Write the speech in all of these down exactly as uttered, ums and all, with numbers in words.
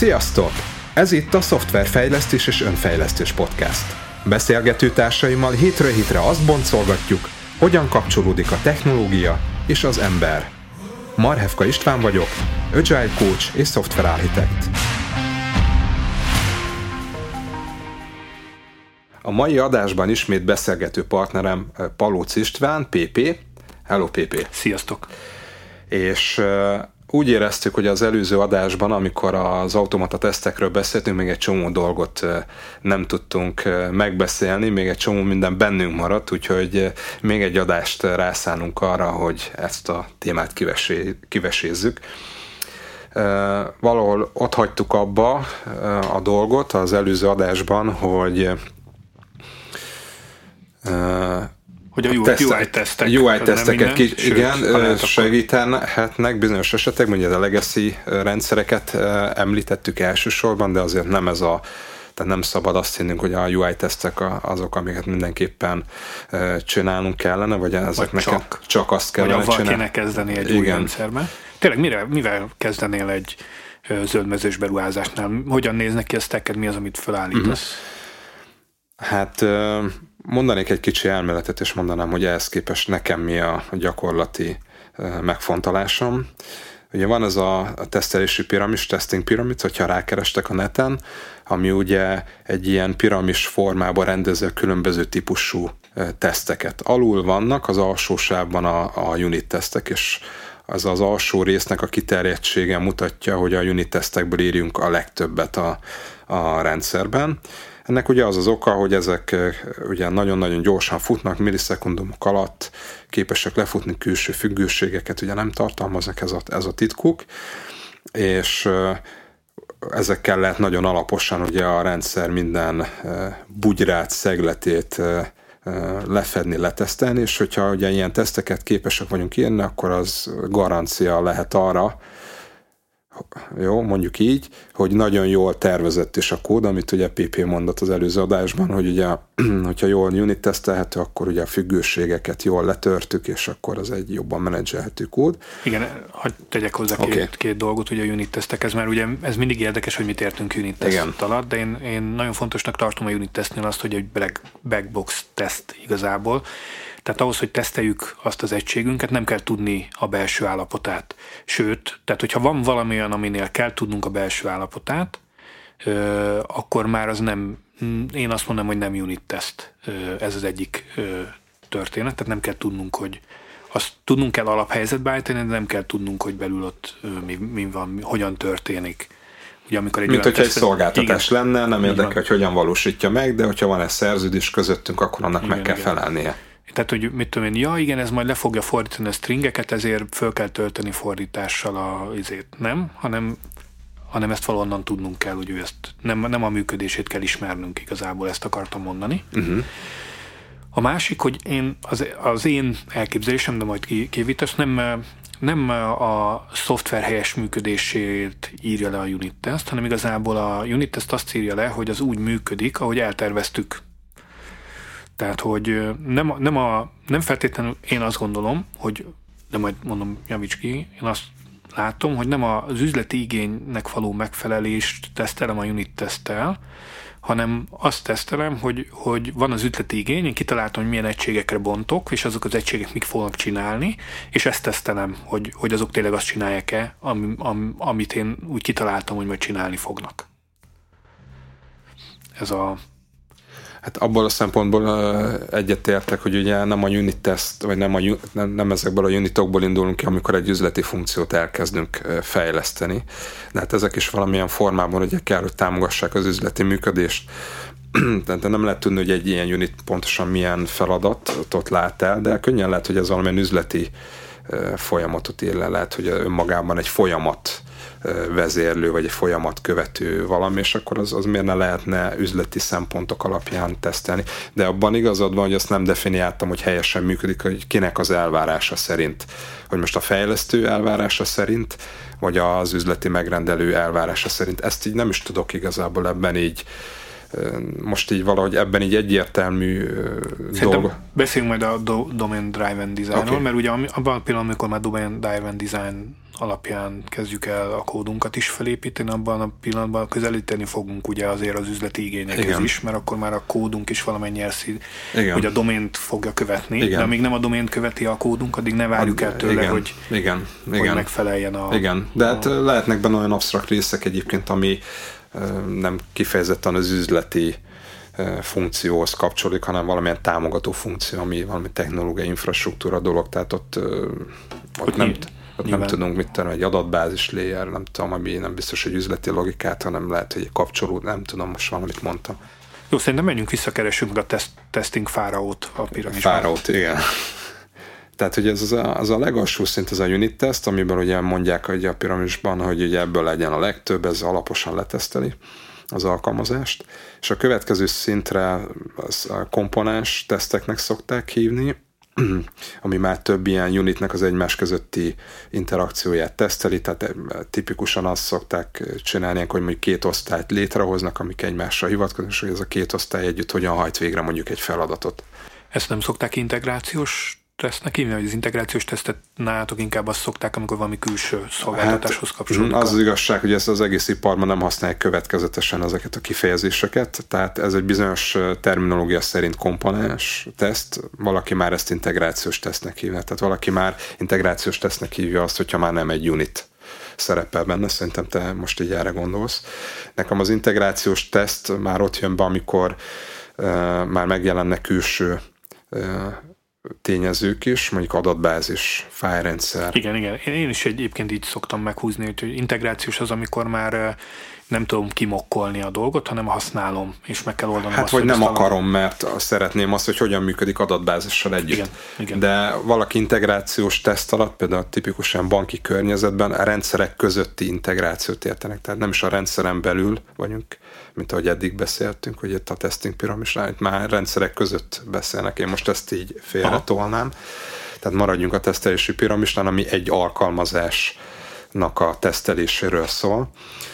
Sziasztok! Ez itt a Szoftverfejlesztés és Önfejlesztés Podcast. Beszélgető társaimmal hétről hétre azt boncolgatjuk, hogyan kapcsolódik a technológia és az ember. Marhevka István vagyok, Agile Coach és Software Architect. A mai adásban ismét beszélgető partnerem Palóc István, pé pé. Hello pé pé! Sziasztok! És úgy éreztük, hogy az előző adásban, amikor az automata tesztekről beszéltünk, még egy csomó dolgot nem tudtunk megbeszélni, még egy csomó minden bennünk maradt, úgyhogy még egy adást rászánunk arra, hogy ezt a témát kivesé, kivesézzük. Valahol ott hagytuk abba a dolgot az előző adásban, hogy hogy a, a tesztek, u i tesztek, u i teszteket ki, sőt, igen, segíthetnek bizonyos esetekben, ugye a legacy rendszereket említettük elsősorban, de azért nem ez a, tehát nem szabad azt hinnünk, hogy a u i tesztek azok, amiket mindenképpen csinálnunk kellene, vagy ezeknek vagy csak, csak azt kellene vagy csinálni. Vagy kéne kezdeni egy igen. új rendszerbe. Tényleg mire, mivel kezdenél egy zöldmezős beruházásnál? Hogyan néznek ki a stacked, mi az, amit felállítasz? Mm-hmm. Hát mondanék egy kicsi elméletet, és mondanám, hogy ehhez képest nekem mi a gyakorlati megfontolásom. Ugye van ez a tesztelési piramis, testing pyramid, hogyha rákerestek a neten, ami ugye egy ilyen piramis formában rendezi a különböző típusú teszteket. Alul vannak az alsó sávban a, a unit tesztek, és az az alsó résznek a kiterjedtsége mutatja, hogy a unit tesztekből írjunk a legtöbbet a, a rendszerben. Ennek ugye az az oka, hogy ezek ugye nagyon-nagyon gyorsan futnak, millisekundumok alatt képesek lefutni külső függőségeket, ugye nem tartalmaznak, ez a, ez a titkuk, és ezekkel lehet nagyon alaposan ugye a rendszer minden bugyrát, szegletét lefedni, letesztelni, és hogyha ugye ilyen teszteket képesek vagyunk írni, akkor az garancia lehet arra, jó, mondjuk így, hogy nagyon jól tervezett is a kód, amit ugye pé pé mondott az előző adásban, hogy ugye, hogyha jól unit tesztelhető, akkor ugye a függőségeket jól letörtük, és akkor az egy jobban menedzselhető kód. Igen, hogy tegyek hozzá okay. két, két dolgot, ugye a unit tesztek, ez már ugye, ez mindig érdekes, hogy mit értünk unit teszt alatt, de én, én nagyon fontosnak tartom a unit tesztnél azt, hogy egy black, black box teszt igazából. Tehát ahhoz, hogy teszteljük azt az egységünket, nem kell tudni a belső állapotát. Sőt, tehát hogyha van valami olyan, aminél kell tudnunk a belső állapotát, euh, akkor már az nem, én azt mondom, hogy nem unit teszt. Ez az egyik euh, történet, tehát nem kell tudnunk, hogy azt tudnunk kell alaphelyzetbe állítani, de nem kell tudnunk, hogy belül ott euh, mi, mi van, mi, hogyan történik. Ugye, amikor egy Mint hogyha egy szolgáltatás igen, lenne, nem érdekel, hogy hogyan valósítja meg, de hogyha van egy szerződés közöttünk, akkor annak igen, meg kell igen. felelnie. Tehát, hogy mit tudom én, ja igen, ez majd le fogja fordítani a stringeket, ezért föl kell tölteni fordítással a izét. Nem, hanem, hanem ezt valahonnan tudnunk kell, hogy ő ezt nem, nem a működését kell ismernünk igazából, ezt akartam mondani. Uh-huh. A másik, hogy én, az, az én elképzelésem, de majd kivítasz, nem, nem a szoftver helyes működését írja le a unit test, hanem igazából a unit test azt írja le, hogy az úgy működik, ahogy elterveztük. Tehát, hogy nem, nem, a, nem feltétlenül én azt gondolom, hogy, de majd mondom, javíts ki, én azt látom, hogy nem az üzleti igénynek való megfelelést tesztelem a unit teszttel, hanem azt tesztelem, hogy, hogy van az üzleti igény, én kitaláltam, hogy milyen egységekre bontok, és azok az egységek mit fognak csinálni, és ezt tesztelem, hogy, hogy azok tényleg azt csinálják-e, ami, am, amit én úgy kitaláltam, hogy majd csinálni fognak. Ez a Hát abból a szempontból egyetértek, hogy ugye nem a unit test, vagy nem, a, nem, nem ezekből a unitokból indulunk ki, amikor egy üzleti funkciót elkezdünk fejleszteni. De hát ezek is valamilyen formában ugye kell, hogy támogassák az üzleti működést. Tehát nem lehet tudni, hogy egy ilyen unit pontosan milyen feladatot lát el, de könnyen lehet, hogy ez valamilyen üzleti folyamatot ír le, lehet, hogy önmagában egy folyamat vezérlő, vagy egy folyamat követő valami, és akkor az, az miért ne lehetne üzleti szempontok alapján tesztelni. De abban igazad van, hogy azt nem definiáltam, hogy helyesen működik, hogy kinek az elvárása szerint. Hogy most a fejlesztő elvárása szerint, vagy az üzleti megrendelő elvárása szerint. Ezt így nem is tudok igazából ebben így most így valahogy ebben így egyértelmű dolog. Beszéljünk majd a do- Domain Driven Designról, okay. Mert ugye abban a pillanatban, amikor már Domain Driven Design alapján kezdjük el a kódunkat is felépíteni, abban a pillanatban közelíteni fogunk ugye azért az üzleti igényekhez igen. is, mert akkor már a kódunk is valamennyi elszi, hogy a domént fogja követni, igen. de amíg nem a domént követi a kódunk, addig ne várjuk el tőle, igen. hogy, igen. hogy igen. megfeleljen a... Igen, de hát a... lehetnek benne olyan absztrakt részek egyébként, ami nem kifejezetten az üzleti funkcióhoz kapcsolódik, hanem valamilyen támogató funkció, ami valami technológiai infrastruktúra dolog, tehát ott, ott nem, ott nem tudunk mit tenni, egy adatbázis layer, nem tudom, ami nem biztos, hogy üzleti logikát, hanem lehet, hogy kapcsolód, nem tudom, most valamit mondtam. Jó, szerintem menjünk vissza, keresünk a test, testing fáraót a piramisban. Fáraót, igen. Tehát, hogy ez az a, az a legalsó szint, az a unit test, amiben ugye mondják hogy a piramisban, hogy ugye ebből legyen a legtöbb, ez alaposan leteszteli az alkalmazást, és a következő szintre az a komponens teszteknek szokták hívni, ami már több ilyen unitnek az egymás közötti interakcióját teszteli, tehát tipikusan azt szokták csinálni, hogy mondjuk két osztályt létrehoznak, amik egymásra hivatkoznak, és hogy ez a két osztály együtt hogyan hajt végre mondjuk egy feladatot. Ezt nem szokták integrációs tesztnek hívni, hogy az integrációs tesztet nálatok inkább azt szokták, amikor valami külső szolgáltatáshoz kapcsolódik. Hát, az az igazság, hogy ezt az egész iparban nem használják következetesen ezeket a kifejezéseket, tehát ez egy bizonyos terminológia szerint komponens teszt, valaki már ezt integrációs tesztnek hívja. Tehát valaki már integrációs tesztnek hívja azt, hogyha már nem egy unit szerepel benne, szerintem te most így erre gondolsz. Nekem az integrációs teszt már ott jön be, amikor uh, már megjelennek külső uh, tényezők is, mondjuk adatbázis, fájlrendszer. Igen, igen. Én is egyébként így szoktam meghúzni, hogy integrációs az, amikor már nem tudom kimokkolni a dolgot, hanem használom, és meg kell oldanom hát azt, vagy nem talán... akarom, mert szeretném azt, hogy hogyan működik adatbázissal együtt. Igen, igen. De valaki integrációs teszt alatt, például tipikusan banki környezetben a rendszerek közötti integrációt értenek. Tehát nem is a rendszeren belül vagyunk, mint ahogy eddig beszéltünk, hogy itt a testing piramisnál, itt már rendszerek között beszélnek. Én most ezt így félretolnám. Tehát maradjunk a tesztelési piramisnál, ami egy alkalmazásnak a teszteléséről szól.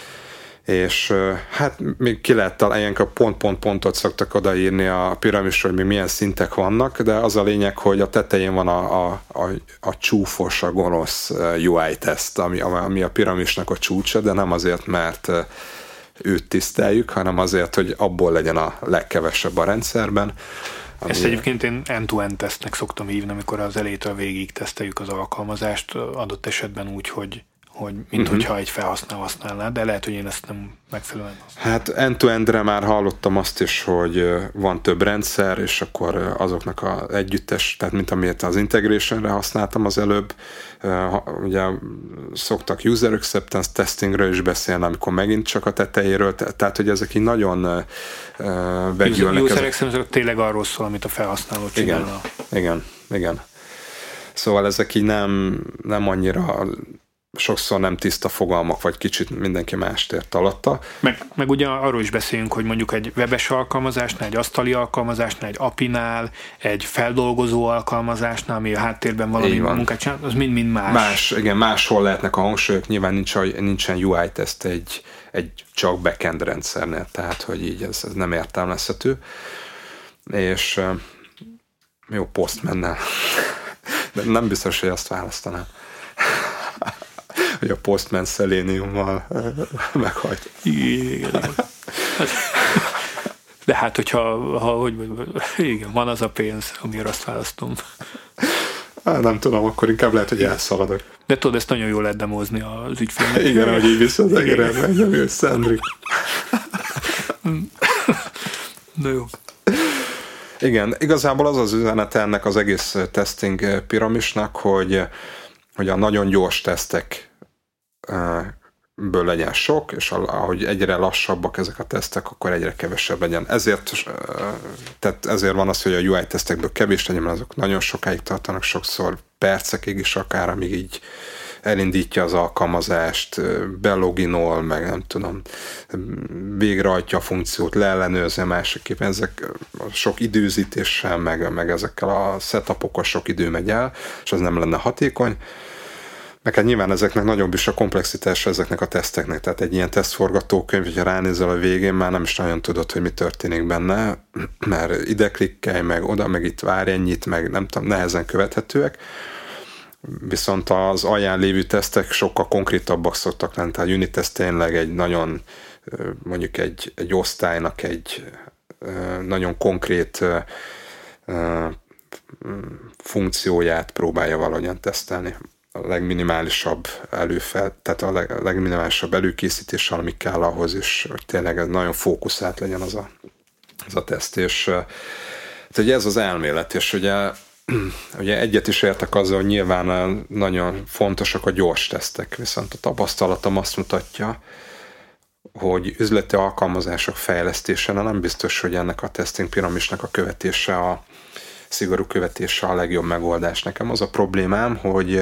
És hát még ki lehet találni, ilyenkor pont-pont-pontot szoktak odaírni a piramisról, hogy még milyen szintek vannak, de az a lényeg, hogy a tetején van a, a, a, a csúfos, a gonosz u i teszt, ami, ami a piramisnak a csúcsa, de nem azért, mert őt tiszteljük, hanem azért, hogy abból legyen a legkevesebb a rendszerben. Ami... Ezt egyébként én end-to-end tesztnek szoktam hívni, amikor az elejétől végig teszteljük az alkalmazást, adott esetben úgy, hogy hogy mint uh-huh. hogyha egy felhasználó használná, de lehet, hogy én ezt nem megfelelően használom. Hát end-to-endre már hallottam azt is, hogy van több rendszer, és akkor azoknak az együttes, tehát mint amiért az integrationre használtam az előbb, ugye szoktak user acceptance testingről is beszélni, amikor megint csak a tetejéről, tehát hogy ezek így nagyon vegyülnek. User acceptance tényleg arról szól, amit a felhasználó csinálna. Igen, igen, igen. Szóval ezek így nem, nem annyira sokszor nem tiszta fogalmak, vagy kicsit mindenki mást ért alatta. Meg, meg ugye arról is beszélünk, hogy mondjuk egy webes alkalmazásnál, egy asztali alkalmazásnál, egy apinál, egy feldolgozó alkalmazásnál, ami a háttérben valami munkát csinál, az mind-mind más. Más, igen, máshol lehetnek a hangsúlyok, nyilván nincs, nincsen u i teszt egy, egy csak backend rendszernél, tehát hogy így ez, ez nem értelmezhető. És jó, Postmannel. De nem biztos, hogy azt választanám. Hogy a Postman Seleniummal meghajt. Igen. De hát, hogyha ha, hogy, igen, van az a pénz, amire azt választom. Hát nem tudom, akkor inkább lehet, hogy elszaladok. De tudod, ezt nagyon jól lehet demozni az ügyfélnek. Igen, hogy így vissza az egeren, meg nem jössz, Szendrik. Na jó. Igen, igazából az az üzenet ennek az egész testing piramisnak, hogy, hogy a nagyon gyors tesztek ből legyen sok, és ahogy egyre lassabbak ezek a tesztek, akkor egyre kevesebb legyen. Ezért, tehát ezért van az, hogy a u i tesztekből kevés legyen, mert azok nagyon sokáig tartanak, sokszor percekig is akár, amíg így elindítja az alkalmazást, beloginol, meg nem tudom, végrehajtja a funkciót, leellenőrzi másképpen, ezek sok időzítéssel, meg, meg ezekkel a setupokkal sok idő megy el, és az nem lenne hatékony. Meg hát nyilván ezeknek nagyobb is a komplexitása ezeknek a teszteknek, tehát egy ilyen tesztforgatókönyv, hogyha ránézel a végén, már nem is nagyon tudod, hogy mi történik benne, mert ide klikkelj, meg oda, meg itt várj ennyit, meg nem tudom, nehezen követhetőek. Viszont az alján lévő tesztek sokkal konkrétabbak szoktak lenni, tehát a unit test tényleg egy nagyon, mondjuk egy, egy osztálynak egy nagyon konkrét funkcióját próbálja valahogyan tesztelni. A legminimálisabb előfel, tehát a, leg, a legminimálisabb előkészítéssel, ami kell ahhoz is, hogy tényleg ez nagyon fókuszált legyen az a, az a teszt. És tehát ugye ez az elmélet, és ugye, ugye egyet is értek azzal, hogy nyilván nagyon fontosak a gyors tesztek, viszont a tapasztalatom azt mutatja, hogy üzleti alkalmazások fejlesztése nem biztos, hogy ennek a testing piramisnak a követése, a szigorú követése a legjobb megoldás. Nekem az a problémám, hogy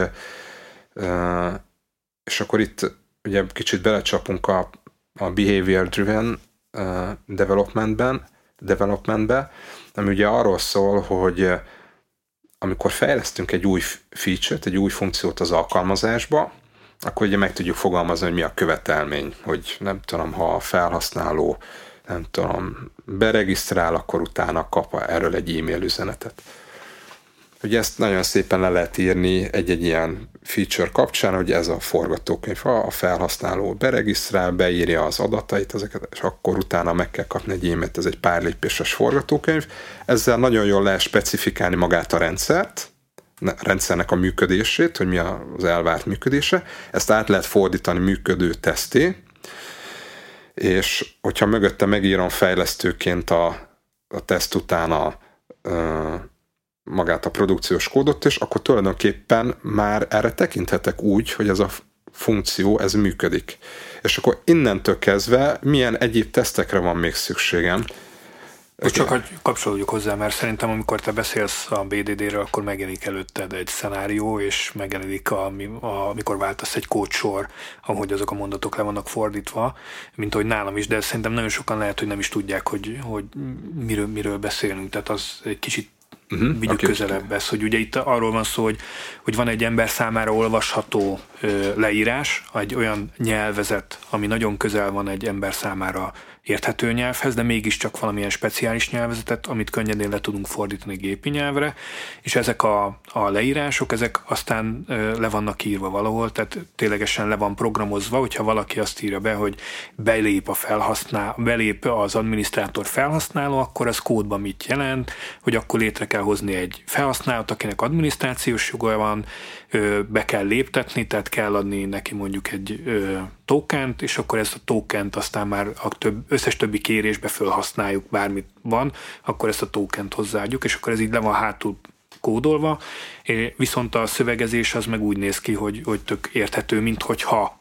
és akkor itt ugye kicsit belecsapunk a, a behavior-driven developmentben, developmentbe, ami ugye arról szól, hogy amikor fejlesztünk egy új feature-t, egy új funkciót az alkalmazásba, akkor ugye meg tudjuk fogalmazni, hogy mi a követelmény, hogy nem tudom, ha a felhasználó nem tudom, beregisztrál, akkor utána kap erről egy e-mail üzenetet. Ugye ezt nagyon szépen le lehet írni egy-egy ilyen feature kapcsán, hogy ez a forgatókönyv, a felhasználó beregisztrál, beírja az adatait, ezeket, és akkor utána meg kell kapni egy e-mailt, ez egy pár lépéses forgatókönyv. Ezzel nagyon jól lehet specifikálni magát a rendszert, a rendszernek a működését, hogy mi az elvárt működése. Ezt át lehet fordítani működő teszté, és hogyha mögötte megírom fejlesztőként a, a teszt után a, a, magát a produkciós kódot, és akkor tulajdonképpen már erre tekinthetek úgy, hogy ez a funkció, ez működik. És akkor innentől kezdve milyen egyéb tesztekre van még szükségem. Most csak hogy kapcsolódjuk hozzá, mert szerintem amikor te beszélsz a bé dé dé-ről, akkor megjelenik előtted egy szenárió, és megjelenik, a, a, amikor váltasz egy kódsor, ahogy azok a mondatok le vannak fordítva, mint ahogy nálam is, de szerintem nagyon sokan lehet, hogy nem is tudják, hogy, hogy miről, miről beszélünk, tehát az egy kicsit uh-huh, vigyük okay. közelebb ez, hogy ugye itt arról van szó, hogy, hogy van egy ember számára olvasható ö, leírás, egy olyan nyelvezet, ami nagyon közel van egy ember számára érthető nyelvhez, de mégiscsak valamilyen speciális nyelvezetet, amit könnyedén le tudunk fordítani gépi nyelvre, és ezek a, a leírások, ezek aztán ö, le vannak írva valahol, tehát ténylegesen le van programozva, hogyha valaki azt írja be, hogy belép a felhasználó, belép az adminisztrátor felhasználó, akkor az kódban mit jelent, hogy akkor létre kell hozni egy felhasználót, akinek adminisztrációs joga van, ö, be kell léptetni, tehát kell adni neki mondjuk egy ö, tokent, és akkor ezt a tokent aztán már a több, összes többi kérésbe felhasználjuk, bármit van, akkor ezt a tokent hozzáadjuk, és akkor ez így le van hátul kódolva, viszont a szövegezés az meg úgy néz ki, hogy, hogy tök érthető, mint hogyha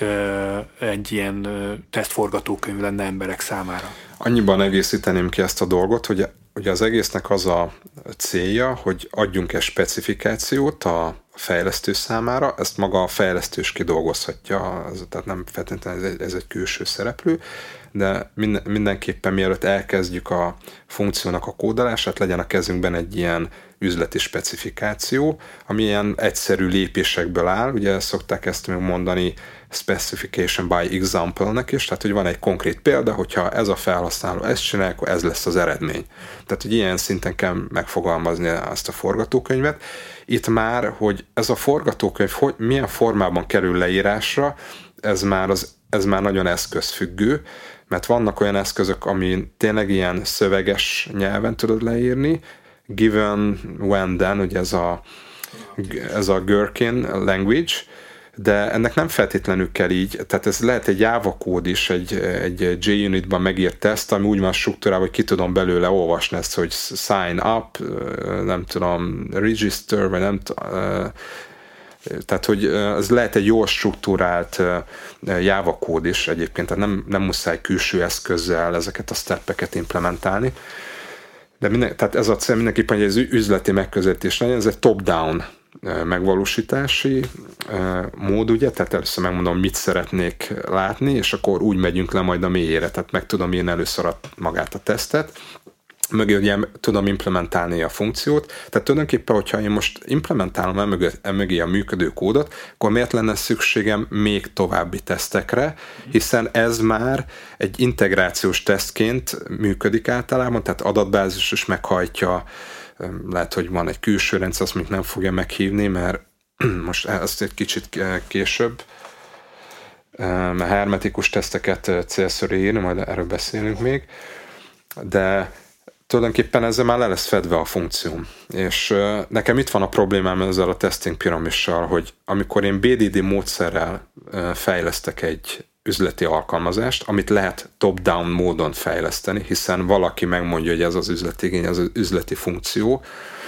egy ilyen tesztforgatókönyv lenne emberek számára. Annyiban egészíteném ki ezt a dolgot, hogy ugye az egésznek az a célja, hogy adjunk egy specifikációt a fejlesztő számára, ezt maga a fejlesztő is kidolgozhatja, tehát nem feltétlenül ez egy, ez egy külső szereplő, de minden, mindenképpen mielőtt elkezdjük a funkciónak a kódolását, legyen a kezünkben egy ilyen üzleti specifikáció, ami ilyen egyszerű lépésekből áll, ugye szokták ezt még mondani specification by example-nek is, tehát hogy van egy konkrét példa, hogyha ez a felhasználó ezt csinál, akkor ez lesz az eredmény. Tehát, hogy ilyen szinten kell megfogalmazni azt a forgatókönyvet. Itt már, hogy ez a forgatókönyv hogy, milyen formában kerül leírásra, ez már, az, ez már nagyon eszközfüggő, mert vannak olyan eszközök, ami tényleg ilyen szöveges nyelven tudod leírni, given, when, then, ugye ez a, ez a Gherkin language, de ennek nem feltétlenül kell így, tehát ez lehet egy Java kód is, egy, egy JUnit-ban megírt teszt, ami úgy van struktúrálva, hogy ki tudom belőle olvasni ezt, hogy sign up, nem tudom, register, vagy nem tudom, tehát, hogy ez lehet egy jól struktúrált Java kód is egyébként, tehát nem, nem muszáj külső eszközzel ezeket a steppeket implementálni. De minden, tehát ez a cél mindenképpen, hogy ez üzleti megközelítés legyen, ez egy top-down megvalósítási mód, ugye, tehát először megmondom, mit szeretnék látni, és akkor úgy megyünk le majd a mélyére, tehát meg tudom írni először a, magát a tesztet, mögé ugye tudom implementálni a funkciót, tehát tulajdonképpen, hogyha én most implementálom emögé, emögé a működő kódot, akkor miért lenne szükségem még további tesztekre, hiszen ez már egy integrációs tesztként működik általában, tehát adatbázis is meghajtja, lehet, hogy van egy külső rendszer, azt még nem fogja meghívni, mert most ezt egy kicsit később, mert hermetikus teszteket célszerű írni, majd erről beszélünk még, de tulajdonképpen ezzel már le lesz fedve a funkcióm. És nekem itt van a problémám ezzel a testing piramissal, hogy amikor én bé dé dé módszerrel fejlesztek egy üzleti alkalmazást, amit lehet top-down módon fejleszteni, hiszen valaki megmondja, hogy ez az üzleti igény, ez az üzleti funkció,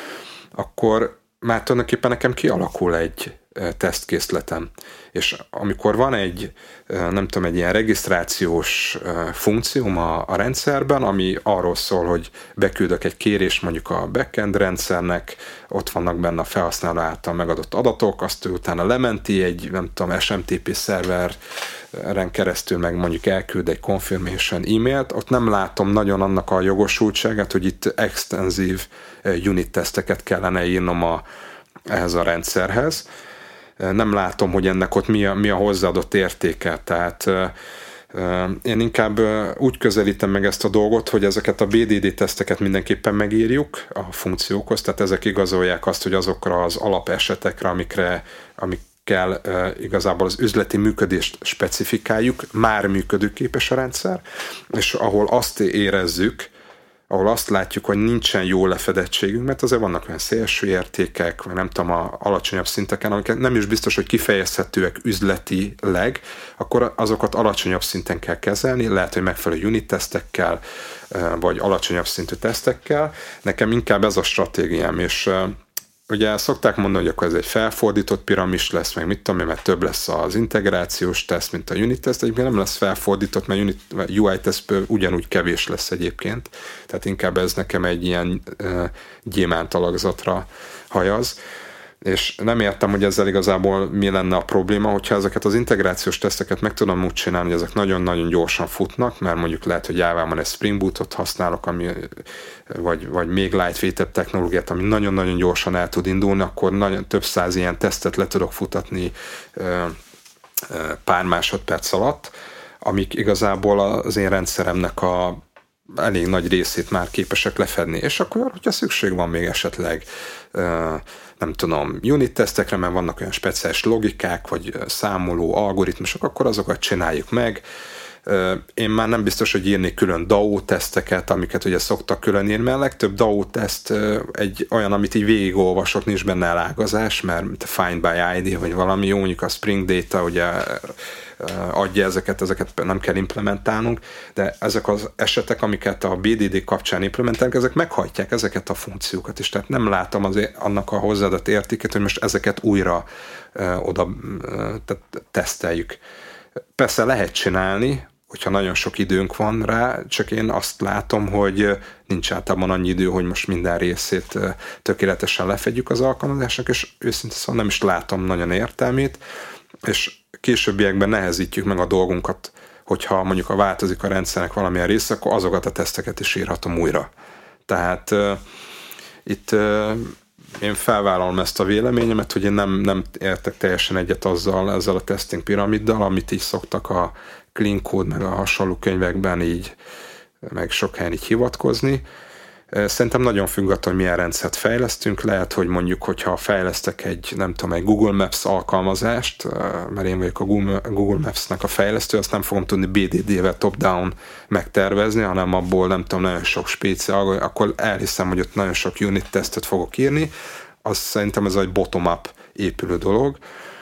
akkor már tulajdonképpen nekem kialakul egy tesztkészletem. És amikor van egy, nem tudom, egy ilyen regisztrációs funkcióm a, a rendszerben, ami arról szól, hogy beküldök egy kérést mondjuk a backend rendszernek, ott vannak benne a felhasználó által megadott adatok, azt ő utána lementi egy, nem tudom, es em té pé szerveren keresztül meg mondjuk elküld egy confirmation e-mailt, ott nem látom nagyon annak a jogosultságát, hogy itt extenzív unit teszteket kellene írnom a, ehhez a rendszerhez. Nem látom, hogy ennek ott mi a, mi a hozzáadott értéke. Tehát uh, én inkább uh, úgy közelítem meg ezt a dolgot, hogy ezeket a bé dé dé teszteket mindenképpen megírjuk a funkciókhoz, tehát ezek igazolják azt, hogy azokra az alapesetekre, amikre, amikkel uh, igazából az üzleti működést specifikáljuk, már működőképes a rendszer, és ahol azt érezzük, ahol azt látjuk, hogy nincsen jó lefedettségünk, mert azért vannak olyan szélső értékek, vagy nem tudom, a alacsonyabb szinteken, amiket nem is biztos, hogy kifejezhetőek üzletileg, akkor azokat alacsonyabb szinten kell kezelni, lehet, hogy megfelelő unit tesztekkel, vagy alacsonyabb szintű tesztekkel. Nekem inkább ez a stratégiám, és ugye szokták mondani, hogy akkor ez egy felfordított piramis lesz, meg mit tudom én, mert több lesz az integrációs teszt, mint a unit teszt, egyébként nem lesz felfordított, mert unit, u i tesztből ugyanúgy kevés lesz egyébként, tehát inkább ez nekem egy ilyen uh, gyémánt alakzatra hajaz, és nem értem, hogy ezzel igazából mi lenne a probléma, hogyha ezeket az integrációs teszteket meg tudom úgy csinálni, hogy ezek nagyon-nagyon gyorsan futnak, mert mondjuk lehet, hogy Jávában egy Spring Bootot használok, ami, vagy, vagy még lightweight-ebb technológiát, ami nagyon-nagyon gyorsan el tud indulni, akkor nagyon több száz ilyen tesztet le tudok futatni pár másodperc alatt, amik igazából az én rendszeremnek a elég nagy részét már képesek lefedni. És akkor, hogyha szükség van még esetleg nem tudom, unit tesztekre, mert vannak olyan speciális logikák, vagy számoló algoritmusok, akkor azokat csináljuk meg. Én már nem biztos, hogy írni külön dé á o teszteket, amiket ugye szoktak külön írni, mert a legtöbb dé á o teszt egy olyan, amit így végigolvasok, nincs benne elágazás, mert find by i dé, vagy valami jó, mondjuk a Spring Data ugye adja ezeket, ezeket nem kell implementálnunk, de ezek az esetek, amiket a bé dé dé kapcsán implementálunk, ezek meghajtják ezeket a funkciókat is, tehát nem látom azért annak a hozzáadott értéket, hogy most ezeket újra ö, oda ö, teszteljük. Persze lehet csinálni, hogyha nagyon sok időnk van rá, csak én azt látom, hogy nincs általában annyi idő, hogy most minden részét tökéletesen lefedjük az alkalmazásnak, és őszintén szóval nem is látom nagyon értelmét, és későbbiekben nehezítjük meg a dolgunkat, hogyha mondjuk a változik a rendszernek valamilyen része, akkor azokat a teszteket is írhatom újra. Tehát uh, itt uh, én felvállalom ezt a véleményemet, hogy én nem, nem értek teljesen egyet azzal, ezzel a testing piramiddal, amit így szoktak a Clean Code, meg a hasonló könyvekben így, meg sok helyen így hivatkozni. Szerintem nagyon függ attól, hogy milyen rendszert fejlesztünk. Lehet, hogy mondjuk, hogyha fejlesztek egy, nem tudom, egy Google Maps alkalmazást, mert én vagyok a Google Maps-nek a fejlesztő, azt nem fogom tudni bé dé dé-vel top-down megtervezni, hanem abból nem tudom, nagyon sok spéci, akkor elhiszem, hogy ott nagyon sok unit tesztet fogok írni. Azt szerintem ez egy bottom-up épülő dolog.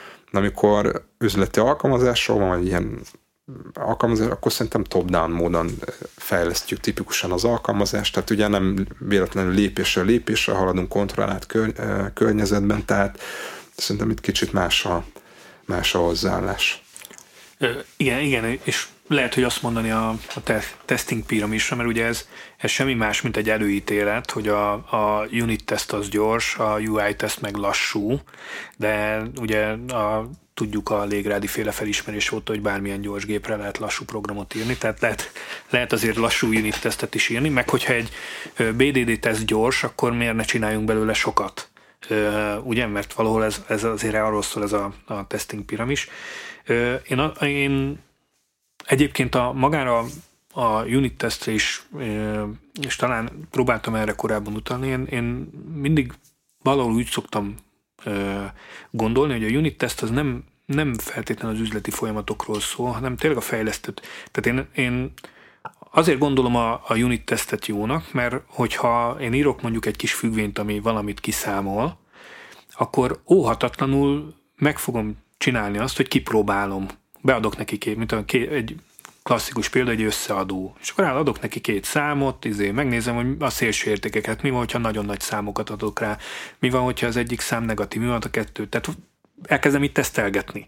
Amikor üzleti alkalmazásról van, vagy ilyen alkalmazás, akkor szerintem top-down módon fejlesztjük tipikusan az alkalmazást, tehát ugye nem véletlenül lépésről lépésre haladunk kontrollált kör, környezetben, tehát szerintem itt kicsit más a, más a hozzáállás. Igen, igen, és lehet, hogy azt mondani a, a te, testing piramisra, mert ugye ez, ez semmi más, mint egy előítélet, hogy a, a unit test az gyors, a u i teszt meg lassú, de ugye a tudjuk a légrádi féle felismerés volt, hogy bármilyen gyors gépre lehet lassú programot írni, tehát lehet, lehet azért lassú unit tesztet is írni, meg hogyha egy bé dé dé teszt gyors, akkor miért ne csináljunk belőle sokat? Ugye, mert valahol ez, ez azért arról szól ez a, a testing piramis. Én, a, én egyébként a magára a unit testre is, és talán próbáltam erre korábban utalni, én, én mindig valahol úgy szoktam ö, gondolni, hogy a unit test az nem, nem feltétlenül az üzleti folyamatokról szól, hanem tényleg a fejlesztett. Tehát én, én azért gondolom a, a unit testet jónak, mert hogyha én írok mondjuk egy kis függvényt, ami valamit kiszámol, akkor óhatatlanul meg fogom csinálni azt, hogy kipróbálom. Beadok neki két, mint a két, egy klasszikus példa, egy összeadó. És akkor adok neki két számot, izé, megnézem, hogy a szélső értékeket, mi van, hogyha nagyon nagy számokat adok rá, mi van, hogyha az egyik szám negatív, mi van a kettő. Tehát elkezdem itt tesztelgetni.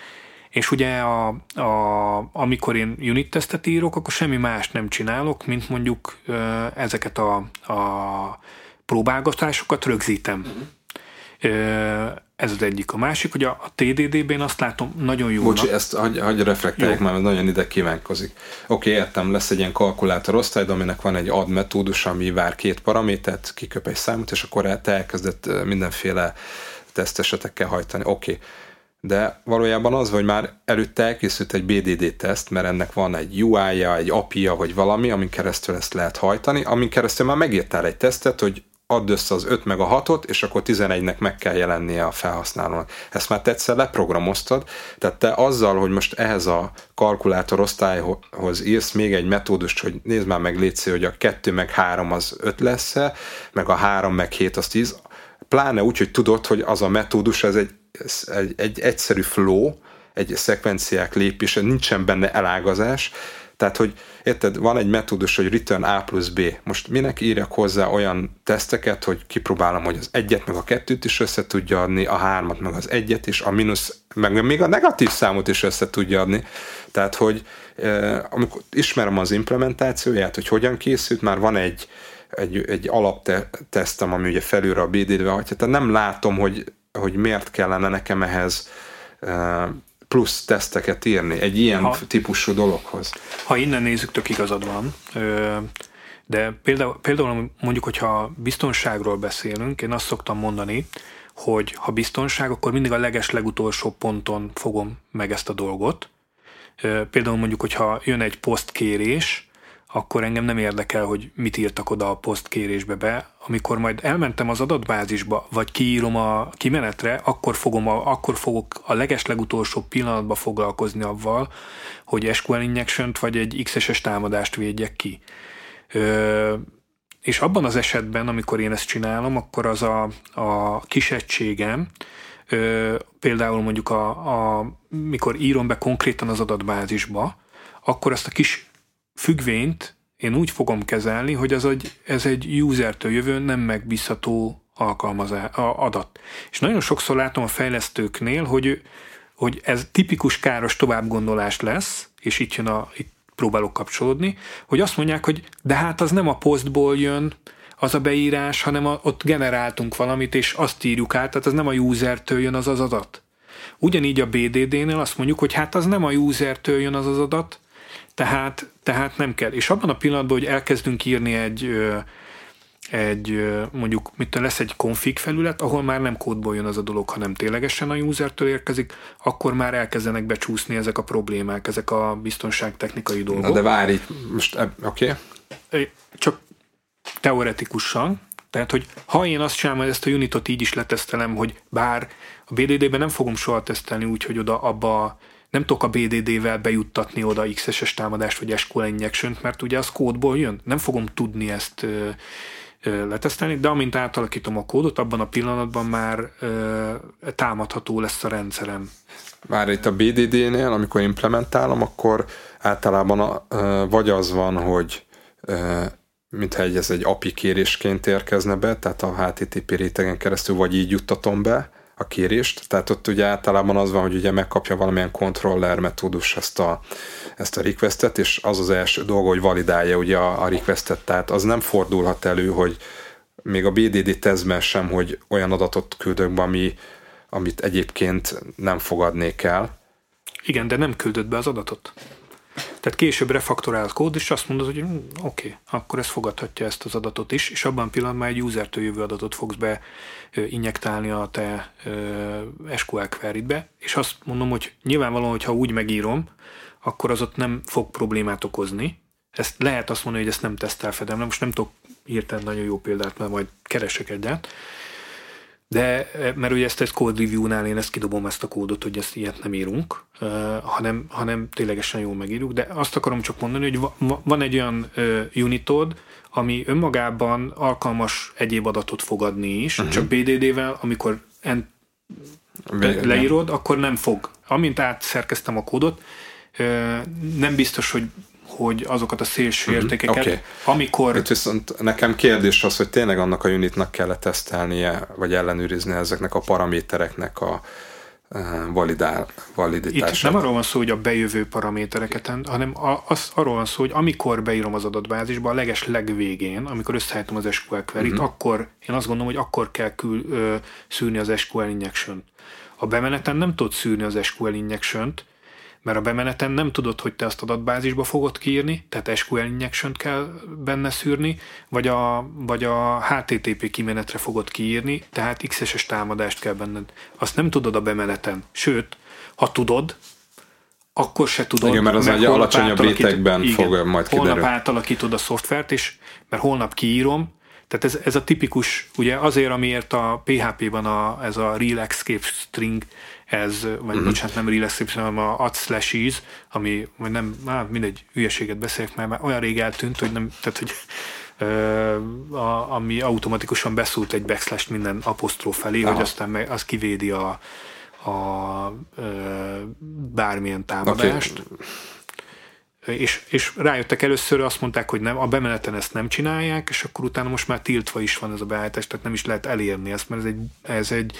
És ugye a, a, amikor én unit tesztet írok, akkor semmi mást nem csinálok, mint mondjuk ezeket a, a próbálgatásokat rögzítem. Uh-huh. Ez az egyik. A másik, hogy a, a té dé dé-ben azt látom nagyon jónak. Bocsi, ezt hagyj, hagyj reflektáljak már, mert nagyon ide kívánkozik. Oké, okay, értem, lesz egy ilyen kalkulátor osztály, aminek van egy add metódus, ami vár két paramétert, kiköp egy számot, és akkor te elkezdett mindenféle tesztesetekkel hajtani. Oké. Okay. De valójában az, hogy már előtte elkészült egy bé dé dé-teszt, mert ennek van egy u i-ja, egy á pé i-ja, vagy valami, amin keresztül ezt lehet hajtani, amin keresztül már megírtál egy tesztet, hogy add össze az öt meg a hatot, és akkor tizenegynek meg kell jelennie a felhasználónak. Ezt már te egyszer leprogramoztad, tehát te azzal, hogy most ehhez a kalkulátor osztályhoz írsz még egy metódust, hogy nézd már meg, létszi, hogy a kettő meg három az öt lesz-e, meg a három meg hét az tíz, pláne úgy, hogy tudod, hogy az a metódus, ez egy, egy, egy egyszerű flow, egy szekvenciák lépése, nincsen benne elágazás, tehát, hogy érted, van egy metódus, hogy return A plusz B. Most minek írjak hozzá olyan teszteket, hogy kipróbálom, hogy az egyet meg a kettőt is össze tudja adni, a hármat meg az egyet is, a mínusz, meg még a negatív számot is össze tudja adni. Tehát, hogy eh, amikor ismerem az implementációját, hogy hogyan készült, már van egy, egy, egy alaptesztem, ami ugye felülre a bé dé dé-be hagyja. Tehát nem látom, hogy, hogy miért kellene nekem ehhez eh, plusz teszteket írni egy ilyen ha, típusú dologhoz. Ha innen nézzük, tök igazad van, de például, például mondjuk, hogyha biztonságról beszélünk, én azt szoktam mondani, hogy ha biztonság, akkor mindig a leges legutolsó ponton fogom meg ezt a dolgot. Például mondjuk, hogyha jön egy posztkérés, akkor engem nem érdekel, hogy mit írtak oda a posztkérésbe be. Amikor majd elmentem az adatbázisba, vagy kiírom a kimenetre, akkor, fogom a, akkor fogok a legeslegutolsó pillanatban foglalkozni avval, hogy es kú el injection-t vagy egy iksz es es támadást védjek ki. Ö, és abban az esetben, amikor én ezt csinálom, akkor az a, a kis egységem, ö, például mondjuk a, a, mikor írom be konkrétan az adatbázisba, akkor azt a kis függvényt én úgy fogom kezelni, hogy az egy, ez egy usertől jövő nem megbízható alkalmazás, adat. És nagyon sokszor látom a fejlesztőknél, hogy, hogy ez tipikus káros továbbgondolás lesz, és itt jön a, itt próbálok kapcsolódni, hogy azt mondják, hogy de hát az nem a posztból jön az a beírás, hanem a, ott generáltunk valamit, és azt írjuk át, tehát az nem a usertől jön az az adat. Ugyanígy a bé dé dé-nél azt mondjuk, hogy hát az nem a usertől jön az az adat, Tehát, tehát nem kell. És abban a pillanatban, hogy elkezdünk írni egy, egy mondjuk, mit lesz egy config felület, ahol már nem kódból jön az a dolog, hanem ténylegesen a usertől érkezik, akkor már elkezdenek becsúszni ezek a problémák, ezek a biztonságtechnikai dolgok. Na de várj, most, oké. Okay. Csak teoretikusan, tehát, hogy ha én azt csinálom, hogy ezt a unitot így is letesztelem, hogy bár a bé dé dé-ben nem fogom soha tesztelni úgy, hogy oda abba nem tudok a bé dé dé-vel bejuttatni oda iksz es es támadást vagy es kú el injection-t, mert ugye az kódból jön. Nem fogom tudni ezt ö, ö, letesztelni, de amint átalakítom a kódot, abban a pillanatban már ö, támadható lesz a rendszerem. Már itt a bé dé dé-nél, amikor implementálom, akkor általában a, ö, vagy az van, hogy ö, mintha egy, ez egy á pé i kérésként érkezne be, tehát a há té té pé rétegen keresztül vagy így juttatom be a kérést, tehát ott ugye általában az van, hogy ugye megkapja valamilyen controller metódus ezt a, ezt a requestet, és az az első dolga, hogy validálja ugye a, a requestet, tehát az nem fordulhat elő, hogy még a bé dé dé tesztben sem, hogy olyan adatot küldök be, ami, amit egyébként nem fogadnék el. Igen, de nem küldött be az adatot. Tehát később refaktorált kód, és azt mondod, hogy hm, oké, okay, akkor ez fogadhatja ezt az adatot is, és abban a pillanatban egy usertől jövő adatot fogsz be injektálni a te es kú el query-be, és azt mondom, hogy nyilvánvalóan, hogyha úgy megírom, akkor az ott nem fog problémát okozni. Ezt lehet azt mondani, hogy ezt nem tesztelfedem, most nem tudok hirtelen nagyon jó példát, mert majd keresek egyet. De, mert ugye ezt egy code review-nál én ezt kidobom ezt a kódot, hogy ezt ilyet nem írunk, uh, hanem, hanem ténylegesen jól megírjuk, de azt akarom csak mondani, hogy va, van egy olyan uh, unitod, ami önmagában alkalmas egyéb adatot fogadni is, uh-huh. csak bé dé dé-vel, amikor en, Végül, leírod, nem. akkor nem fog. Amint átszerkeztem a kódot, uh, nem biztos, hogy hogy azokat a szélső uh-huh. értékeket, okay. amikor... Itt viszont nekem kérdés az, hogy tényleg annak a unitnak kell tesztelnie, vagy ellenőrizni ezeknek a paramétereknek a validál, validitását. Itt nem arról van szó, hogy a bejövő paramétereket, hanem az, arról van szó, hogy amikor beírom az adatbázisba, a leges legvégén, amikor összeállítom az es kú el query-t, uh-huh. akkor én azt gondolom, hogy akkor kell kül, ö, szűrni az es kú el injection-t. A bemeneten nem tudod szűrni az es kú el injection-t, mert a bemeneten nem tudod, hogy te azt adatbázisba fogod kiírni, tehát es kú el injection kell benne szűrni, vagy a, vagy a há té té pé kimenetre fogod kiírni, tehát iksz es es támadást kell benned. Azt nem tudod a bemeneten. Sőt, ha tudod, akkor se tudod. Igen, mert az egy alacsonyabb rétegben fog majd kiderülni. Holnap átalakítod a szoftvert is, mert holnap kiírom, tehát ez, ez a tipikus, ugye azért, amiért a pé há pé-ban a, ez a real escape string, ez, vagy uh-huh. bocsánat, nem real escape, hanem a add slash is, ami, vagy nem, á, mindegy, hülyeséget beszélek, mert már olyan rég eltűnt, hogy nem, tehát, hogy ö, a, ami automatikusan beszúrt egy backslash minden apostróf felé, aha. hogy aztán meg, az kivédi a, a ö, bármilyen támadást. Okay. És, és rájöttek először, azt mondták, hogy nem, a bemeneten ezt nem csinálják, és akkor utána most már tiltva is van ez a beállítás, tehát nem is lehet elérni ezt, mert ez egy, ez egy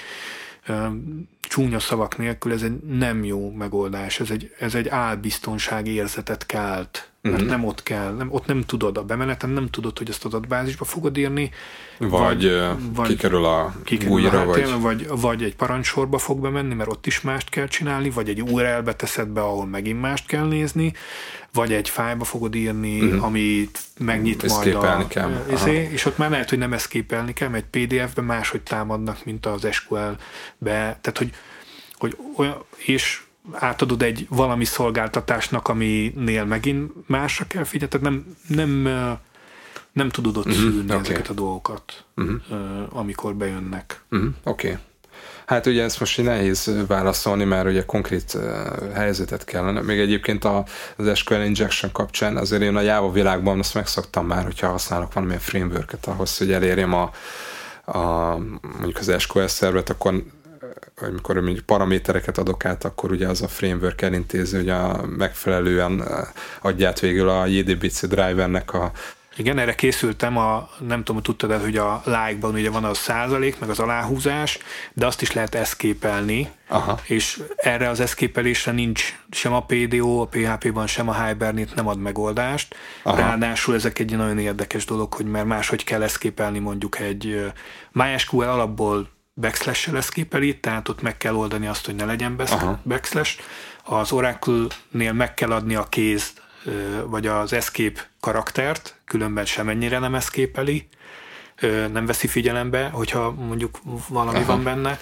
csúnya szavak nélkül ez egy nem jó megoldás, ez egy, ez egy álbiztonsági érzetet kelt, mert uh-huh. nem ott kell, nem, ott nem tudod a bemeneten, nem tudod, hogy ezt adatbázisba fogod írni, vagy, vagy kikerül a újra, vagy... vagy vagy egy parancsorba fog bemenni, mert ott is mást kell csinálni, vagy egy u er el-be teszed be, ahol megint mást kell nézni, vagy egy fájlba fogod írni, uh-huh. amit megnyit majd a... kell. Izé, és ott már lehet, hogy nem eszképelni kell, mert egy pé dé ef-ben máshogy támadnak, mint az es kú el-be. Tehát, hogy, hogy olyan, és átadod egy valami szolgáltatásnak, aminél megint másra kell figyelni, tehát nem, nem, nem tudod ott uh-huh. szűrni okay. ezeket a dolgokat, uh-huh. amikor bejönnek. Uh-huh. Oké. Okay. Hát ugye ezt most nehéz válaszolni, mert ugye konkrét helyzetet kellene. Még egyébként az es kú el injection kapcsán azért én a Java világban azt megszoktam már, hogyha használok valamilyen frameworket ahhoz, hogy elérjem a, a mondjuk az es kú el szervet, akkor amikor mondjuk paramétereket adok át, akkor ugye az a framework elintézi, hogy a megfelelően adját végül a jé dé bé cé drivernek a... Igen, erre készültem, a, nem tudom, hogy tudtad el, hogy a like-ban ugye van a százalék, meg az aláhúzás, de azt is lehet eszképelni, aha. és erre az eszképelésre nincs sem a pé dé o, a pé há pé-ban, sem a Hibernate nem ad megoldást. Aha. Ráadásul ezek egy nagyon érdekes dolog, hogy mert máshogy kell eszképelni mondjuk egy MySQL alapból backslash-sel eszképeli, tehát ott meg kell oldani azt, hogy ne legyen backslash. Az Oracle-nél meg kell adni a kéz vagy az escape karaktert, különben semennyire nem eszképeli, nem veszi figyelembe, hogyha mondjuk valami aha. van benne.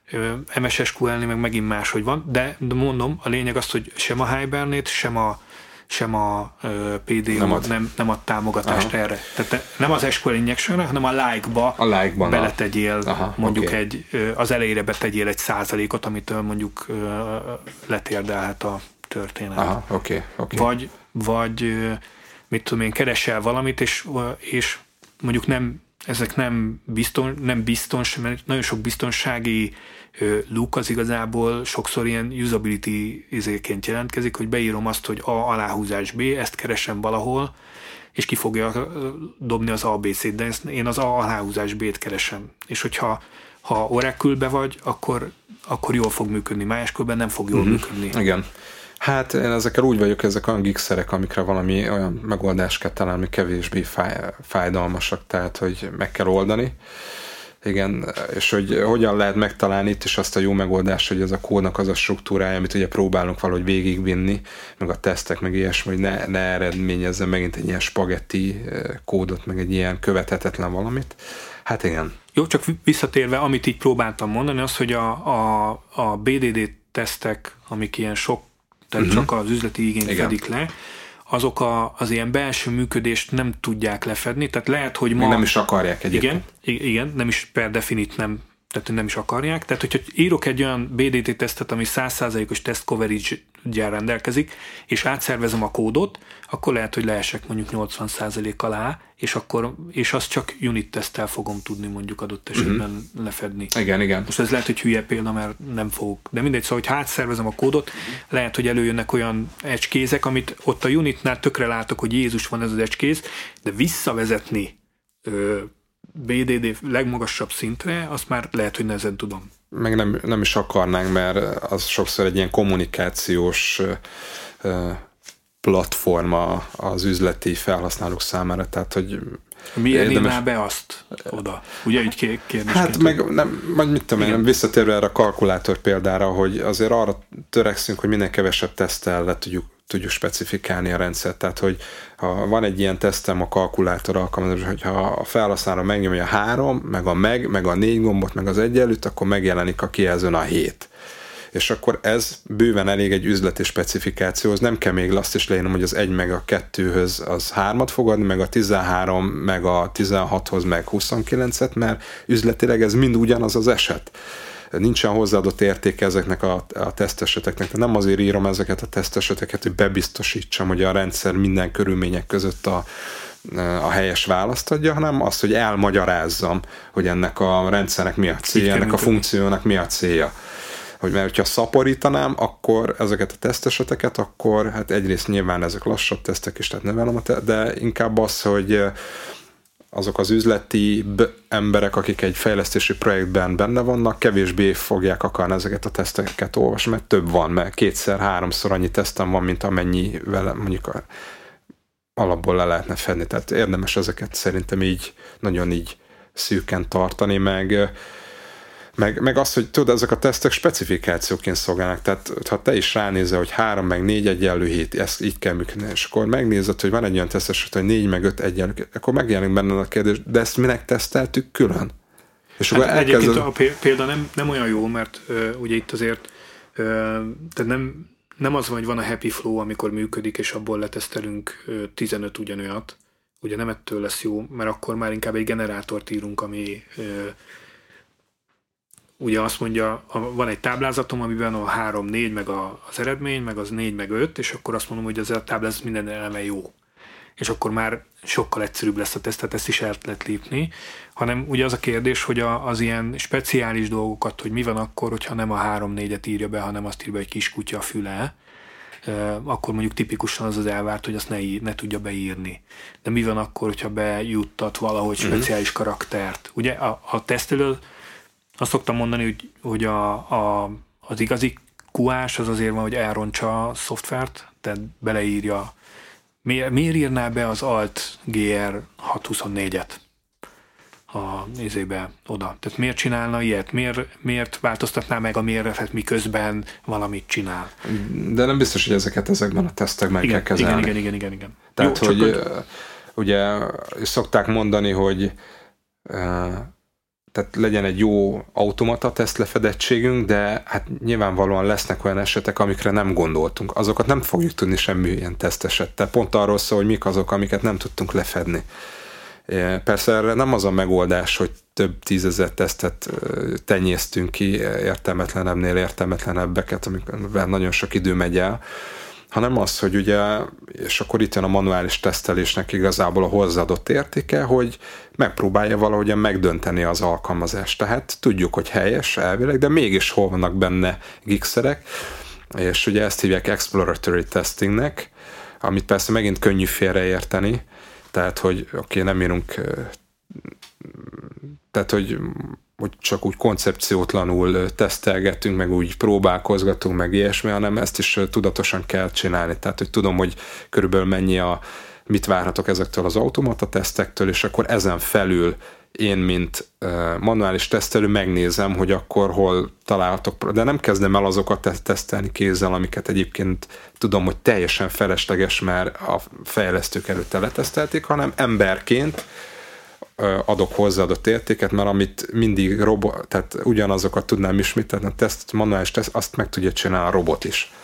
em es es kú el-nél meg megint máshogy van, de, de mondom, a lényeg az, hogy sem a Hibernate, sem a sem a uh, pé dé o nem ad, nem, nem ad támogatást aha. erre. Tehát nem az es kú el injection-re, hanem a like-ba a like-ban beletegyél, aha, mondjuk okay. egy, az elejére betegyél egy százalékot, amitől mondjuk uh, letérdelhet a történet. Aha, okay, okay. Vagy, vagy mit tudom én, keresel valamit, és, és mondjuk nem, ezek nem, bizton, nem biztons, mert nagyon sok biztonsági look az igazából sokszor ilyen usability izéként jelentkezik, hogy beírom azt, hogy A aláhúzás B, ezt keresem valahol, és ki fogja dobni az á bé cét, de én az A aláhúzás B-t keresem. És hogyha ha Oracle-be vagy, akkor, akkor jól fog működni, MySQL-ben nem fog jól mm-hmm. működni. Igen. Hát én ezekkel úgy vagyok, ezek olyan gigszerek, amikre valami olyan megoldást kell találni, ami kevésbé fáj, fájdalmasak, tehát hogy meg kell oldani. Igen, és hogy hogyan lehet megtalálni itt is azt a jó megoldást, hogy ez a kódnak az a struktúrája, amit ugye próbálunk valahogy végigvinni, meg a tesztek, meg ilyesmi, hogy ne, ne eredményezzen megint egy ilyen spagetti kódot, meg egy ilyen követhetetlen valamit. Hát igen. Jó, csak visszatérve, amit így próbáltam mondani, az, hogy a, a, a bé dé dé tesztek, amik ilyen sok, tehát uh-huh. csak az üzleti igényt igen. fedik le, azok a, az ilyen belső működést nem tudják lefedni, tehát lehet, hogy ma... nem is akarják egyébként. Igen, igen, nem is per definit nem tehát nem is akarják. Tehát, hogyha írok egy olyan bé dé té-tesztet, ami száz százalékos test coverage-gyel rendelkezik, és átszervezem a kódot, akkor lehet, hogy leesek mondjuk nyolcvan százalék alá, és akkor, és azt csak unit teszttel fogom tudni mondjuk adott esetben uh-huh. lefedni. Igen, igen. Most ez lehet, hogy hülye példa, mert nem fogok. De mindegy, szóval, hogy átszervezem a kódot, uh-huh. lehet, hogy előjönnek olyan edge case-ek, amit ott a unitnál tökre látok, hogy Jézus van ez az edge case, de visszavezetni ö, bé dé dé legmagasabb szintre, azt már lehet, hogy nehezen tudom. Meg nem, nem is akarnánk, mert az sokszor egy ilyen kommunikációs ö, platforma az üzleti felhasználók számára, tehát, hogy miért írná be azt oda? Ugye így kérdésként. Hát meg nem, majd mit tudom én, visszatérve erre a kalkulátor példára, hogy azért arra törekszünk, hogy minél kevesebb teszttel le tudjuk, tudjuk specifikálni a rendszert. Tehát, hogy ha van egy ilyen tesztem a kalkulátor alkalmazás, hogyha a felhasználó megnyomja a három, meg a meg, meg a négy gombot, meg az egyenlőt, akkor megjelenik a kijelzőn a hét. És akkor ez bőven elég egy üzleti specifikációhoz, nem kell még azt is leírnom, hogy az egy meg a kettőhöz az hármat fog adni, meg a tizenhárom, meg a tizenhathoz, meg huszonkilencet, mert üzletileg ez mind ugyanaz az eset. Nincsen hozzáadott értéke ezeknek a, a teszteseteknek. De nem azért írom ezeket a teszteseteket, hogy bebiztosítsam, hogy a rendszer minden körülmények között a, a helyes választ adja, hanem azt, hogy elmagyarázzam, hogy ennek a rendszernek mi a célja, ennek a funkciónak mi a célja. Hogy mert hogyha szaporítanám, akkor ezeket a teszteseteket, akkor hát egyrészt nyilván ezek lassabb tesztek is, tehát növelem a te- de inkább az, hogy azok az üzleti emberek, akik egy fejlesztési projektben benne vannak, kevésbé fogják akarni ezeket a teszteket olvasni, mert több van, mert kétszer, háromszor annyi tesztem van, mint amennyi vele mondjuk a alapból le lehetne fedni. Tehát érdemes ezeket szerintem így nagyon így szűken tartani, meg Meg, meg az, hogy tudod, ezek a tesztek specifikációként szolgálnak, tehát ha te is ránézel, hogy három meg négy egyenlő hét, ezt így kell működni, és akkor megnézed, hogy van egy olyan tesztes, hogy négy meg öt egyenlő, akkor megjelenik benne a kérdés, de ezt minek teszteltük külön? És hát akkor egyébként elkezded... a példa nem, nem olyan jó, mert uh, ugye itt azért uh, tehát nem, nem az van, hogy van a happy flow, amikor működik, és abból letesztelünk uh, tizenöt ugyanolyat, ugye nem ettől lesz jó, mert akkor már inkább egy generátort írunk, ami uh, ugye azt mondja, van egy táblázatom, amiben a három, négy, meg az eredmény, meg az négy, meg öt, és akkor azt mondom, hogy ez a táblázat minden eleme jó. És akkor már sokkal egyszerűbb lesz a teszt, tehát ezt is el lehet lépni. Hanem ugye az a kérdés, hogy az ilyen speciális dolgokat, hogy mi van akkor, hogyha nem a három, négyet írja be, hanem azt írja be egy kis kutya a füle, akkor mondjuk tipikusan az az elvárt, hogy azt ne, ír, ne tudja beírni. De mi van akkor, hogyha bejuttat valahogy speciális karaktert? Ugye a, a tesztelő azt szoktam mondani, hogy, hogy a, a, az igazi kú ás az azért van, hogy elrontsa a szoftvert, tehát beleírja. Miért, miért írná be az Alt gé er hatszázhuszonnégyet a nézébe oda? Tehát miért csinálna ilyet? Miért, miért változtatná meg a mérletet, miközben valamit csinál? De nem biztos, hogy ezeket ezekben a tesztekben kell kezelni. Igen, igen, igen, igen, igen. Tehát, Jó, hogy, hogy ugye szokták mondani, hogy uh, tehát legyen egy jó automata teszt lefedettségünk, de hát nyilvánvalóan lesznek olyan esetek, amikre nem gondoltunk. Azokat nem fogjuk tudni semmilyen tesztesettel. Pont arról szól, hogy mik azok, amiket nem tudtunk lefedni. Persze erre nem az a megoldás, hogy több tízezer tesztet tenyésztünk ki értelmetlenebbnél értelmetlenebbeket, amikben nagyon sok idő megy el, hanem az, hogy ugye, és akkor itt jön a manuális tesztelésnek igazából a hozzáadott értéke, hogy megpróbálja valahogyan megdönteni az alkalmazást. Tehát tudjuk, hogy helyes elvileg, de mégis hol vannak benne gigszerek, és ugye ezt hívják exploratory testingnek, amit persze megint könnyű félreérteni, tehát, hogy oké, okay, nem írunk, tehát, hogy hogy csak úgy koncepciótlanul tesztelgetünk, meg úgy próbálkozgatunk, meg ilyesmi, hanem ezt is tudatosan kell csinálni. Tehát, hogy tudom, hogy körülbelül mennyi a, mit várhatok ezektől az automata tesztektől, és akkor ezen felül én, mint manuális tesztelő megnézem, hogy akkor hol találhatok, de nem kezdem el azokat tesztelni kézzel, amiket egyébként tudom, hogy teljesen felesleges, mert a fejlesztők előtte letesztelték, hanem emberként adok hozzáadott értéket, mert amit mindig robot, tehát ugyanazokat tudnám ismételni, a teszt, manuális teszt, azt meg tudja csinálni a robot is.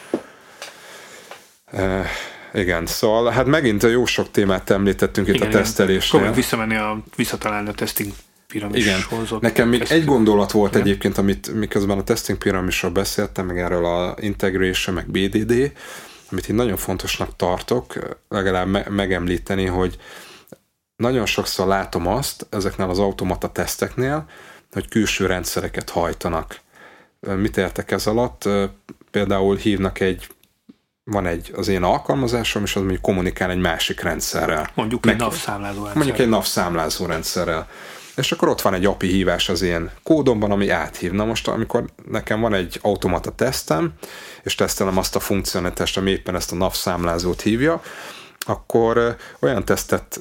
E, igen, szóval hát megint jó sok témát említettünk igen, itt a tesztelésnél. Próbáljuk visszamenni a, visszatalálni a testing piramishoz. Igen. Nekem még egy gondolat volt igen. egyébként, amit miközben a testing piramisról beszéltem, meg erről a integration, meg bé dé dé, amit én nagyon fontosnak tartok, legalább me- megemlíteni, hogy nagyon sokszor látom azt ezeknél az automata teszteknél, hogy külső rendszereket hajtanak. Mit értek ez alatt? Például hívnak egy, van egy az én alkalmazásom, és az mondjuk kommunikál egy másik rendszerrel. Mondjuk Meg, egy navszámlázó rendszerrel. Mondjuk egy navszámlázó rendszerrel. És akkor ott van egy á pé i hívás az én kódomban, ami áthív. Na most, amikor nekem van egy automata tesztem, és tesztelem azt a funkcionalitást, ami éppen ezt a navszámlázót hívja, akkor olyan tesztet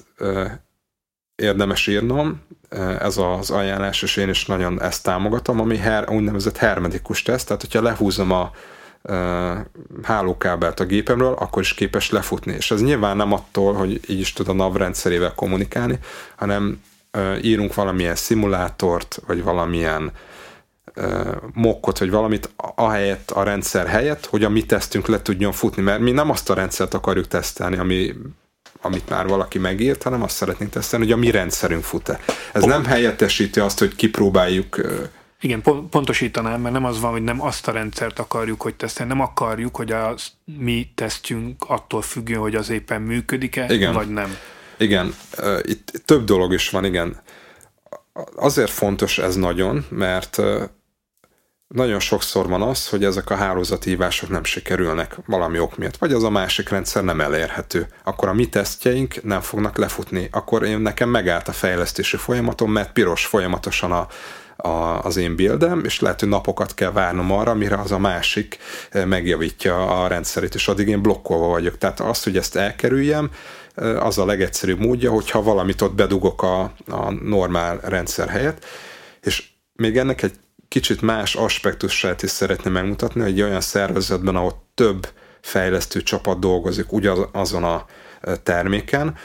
érdemes írnom, ez az ajánlás, és én is nagyon ezt támogatom, ami her, úgynevezett hermetikus teszt, tehát hogyha lehúzom a uh, hálókábelt a gépemről, akkor is képes lefutni. És ez nyilván nem attól, hogy így is tud a NAV rendszerével kommunikálni, hanem uh, írunk valamilyen szimulátort, vagy valamilyen uh, mockot, vagy valamit ahelyett, a rendszer helyett, hogy a mi tesztünk le tudjon futni, mert mi nem azt a rendszert akarjuk tesztelni, ami amit már valaki megírt, hanem azt szeretnénk tesztelni, hogy a mi rendszerünk fut-e. Ez Pont. nem helyettesíti azt, hogy kipróbáljuk. Igen, pontosítanám, mert nem az van, hogy nem azt a rendszert akarjuk, hogy tesztelni, nem akarjuk, hogy a mi tesztjünk attól függően, hogy az éppen működik-e, igen. vagy nem. Igen, itt több dolog is van, igen. Azért fontos ez nagyon, mert nagyon sokszor van az, hogy ezek a hálózathívások nem sikerülnek valami ok miatt, vagy az a másik rendszer nem elérhető. Akkor a mi tesztjeink nem fognak lefutni. Akkor én nekem megállt a fejlesztési folyamatom, mert piros folyamatosan a, a, az én buildem, és lehet, hogy napokat kell várnom arra, mire az a másik megjavítja a rendszerét, és addig én blokkolva vagyok. Tehát az, hogy ezt elkerüljem, az a legegyszerűbb módja, hogyha valamit ott bedugok a, a normál rendszer helyett. És még ennek egy kicsit más aspektusát is szeretném megmutatni, hogy egy olyan szervezetben, ahol több fejlesztő csapat dolgozik ugyanazon a terméken,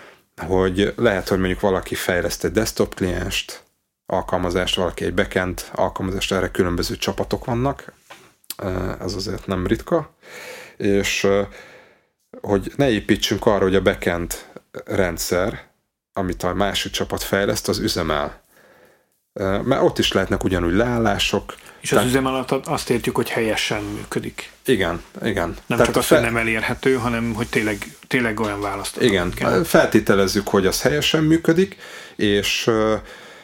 hogy lehet, hogy mondjuk valaki fejleszt egy desktop klienst, alkalmazást, valaki egy backend alkalmazást, erre különböző csapatok vannak, ez azért nem ritka, és hogy ne építsünk arra, hogy a backend rendszer, amit a másik csapat fejleszt, az üzemel. Mert ott is lehetnek ugyanúgy leállások. És tehát... az üzem alatt azt értjük, hogy helyesen működik. Igen, igen. Nem tehát csak az, fel... hogy nem elérhető, hanem hogy tényleg, tényleg olyan választó. Igen, kell. Feltételezzük, hogy az helyesen működik, és uh,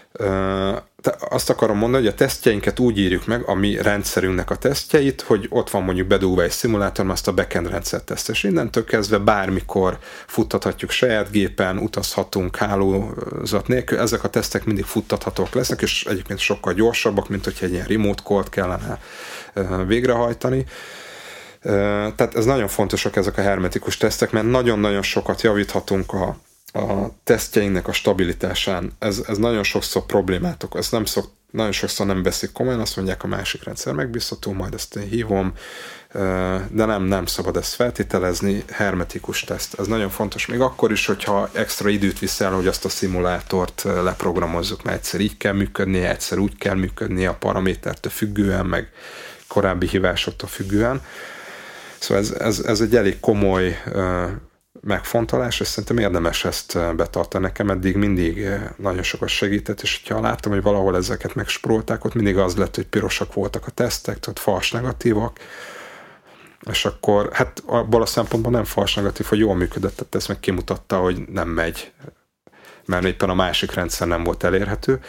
uh, azt akarom mondani, hogy a tesztjeinket úgy írjuk meg, a mi rendszerünknek a tesztjeit, hogy ott van mondjuk bedugva egy szimulátor, mert azt a backend rendszer teszt, és innentől kezdve bármikor futtathatjuk saját gépen, utazhatunk hálózat nélkül, ezek a tesztek mindig futtathatók lesznek, és egyébként sokkal gyorsabbak, mint hogyha egy ilyen remote call-t kellene végrehajtani. Tehát ez nagyon fontosak ezek a hermetikus tesztek, mert nagyon-nagyon sokat javíthatunk a a tesztjeinknek a stabilitásán. Ez, ez nagyon sokszor problémát okoz. Ezt nem szok, nagyon sokszor nem veszik komolyan, azt mondják, a másik rendszer megbízható, majd ezt én hívom, de nem, nem szabad ezt feltételezni, hermetikus teszt. Ez nagyon fontos, még akkor is, hogyha extra időt viszel, hogy azt a szimulátort leprogramozzuk, mert egyszer így kell működnie, egyszer úgy kell működnie a paramétertől függően, meg korábbi hívásoktól függően. Szóval ez, ez, ez egy elég komoly megfontolás, és szerintem érdemes ezt betartani. Nekem eddig mindig nagyon sokat segített, és ha láttam, hogy valahol ezeket megspórolták, ott mindig az lett, hogy pirosak voltak a tesztek, tehát fals negatívak, és akkor hát abból a szempontból nem fals negatív, hogy jól működött, tehát ezt meg kimutatta, hogy nem megy, mert éppen a másik rendszer nem volt elérhető.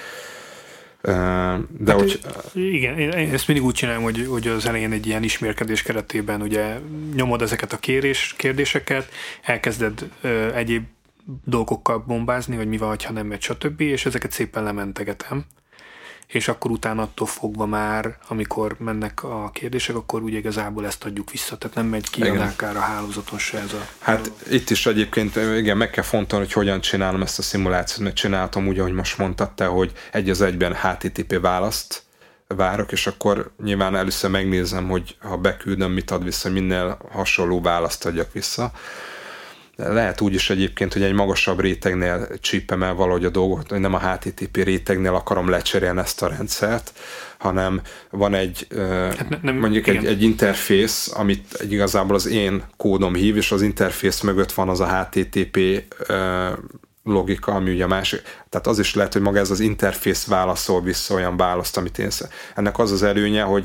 De hát, hogy... Igen, én ezt mindig úgy csinálom, hogy, hogy az elején egy ilyen ismerkedés keretében ugye nyomod ezeket a kérés, kérdéseket, elkezded ö, egyéb dolgokkal bombázni, hogy mi van, ha nem megy, stb. És ezeket szépen lementegetem. És akkor utána attól fogva már, amikor mennek a kérdések, akkor ugye igazából ezt adjuk vissza. Tehát nem megy ki akár a hálózaton se ez a... Hát itt is egyébként igen, meg kell fontolni, hogy hogyan csinálom ezt a szimulációt, mert csináltam úgy, ahogy most mondtad te, hogy egy az egyben há té té pé választ várok, és akkor nyilván először megnézem, hogy ha beküldöm, mit ad vissza, minél hasonló választ adjak vissza. Lehet úgy is egyébként, hogy egy magasabb rétegnél csípem el valahogy a dolgot, hogy nem a há té té pé rétegnél akarom lecserélni ezt a rendszert, hanem van egy hát ne, nem, mondjuk egy, egy interfész, amit egy igazából az én kódom hív, és az interfész mögött van az a há té té pé logika, ami ugye a másik, tehát az is lehet, hogy maga ez az interfész válaszol vissza olyan választ, amit én szem. Ennek az az előnye, hogy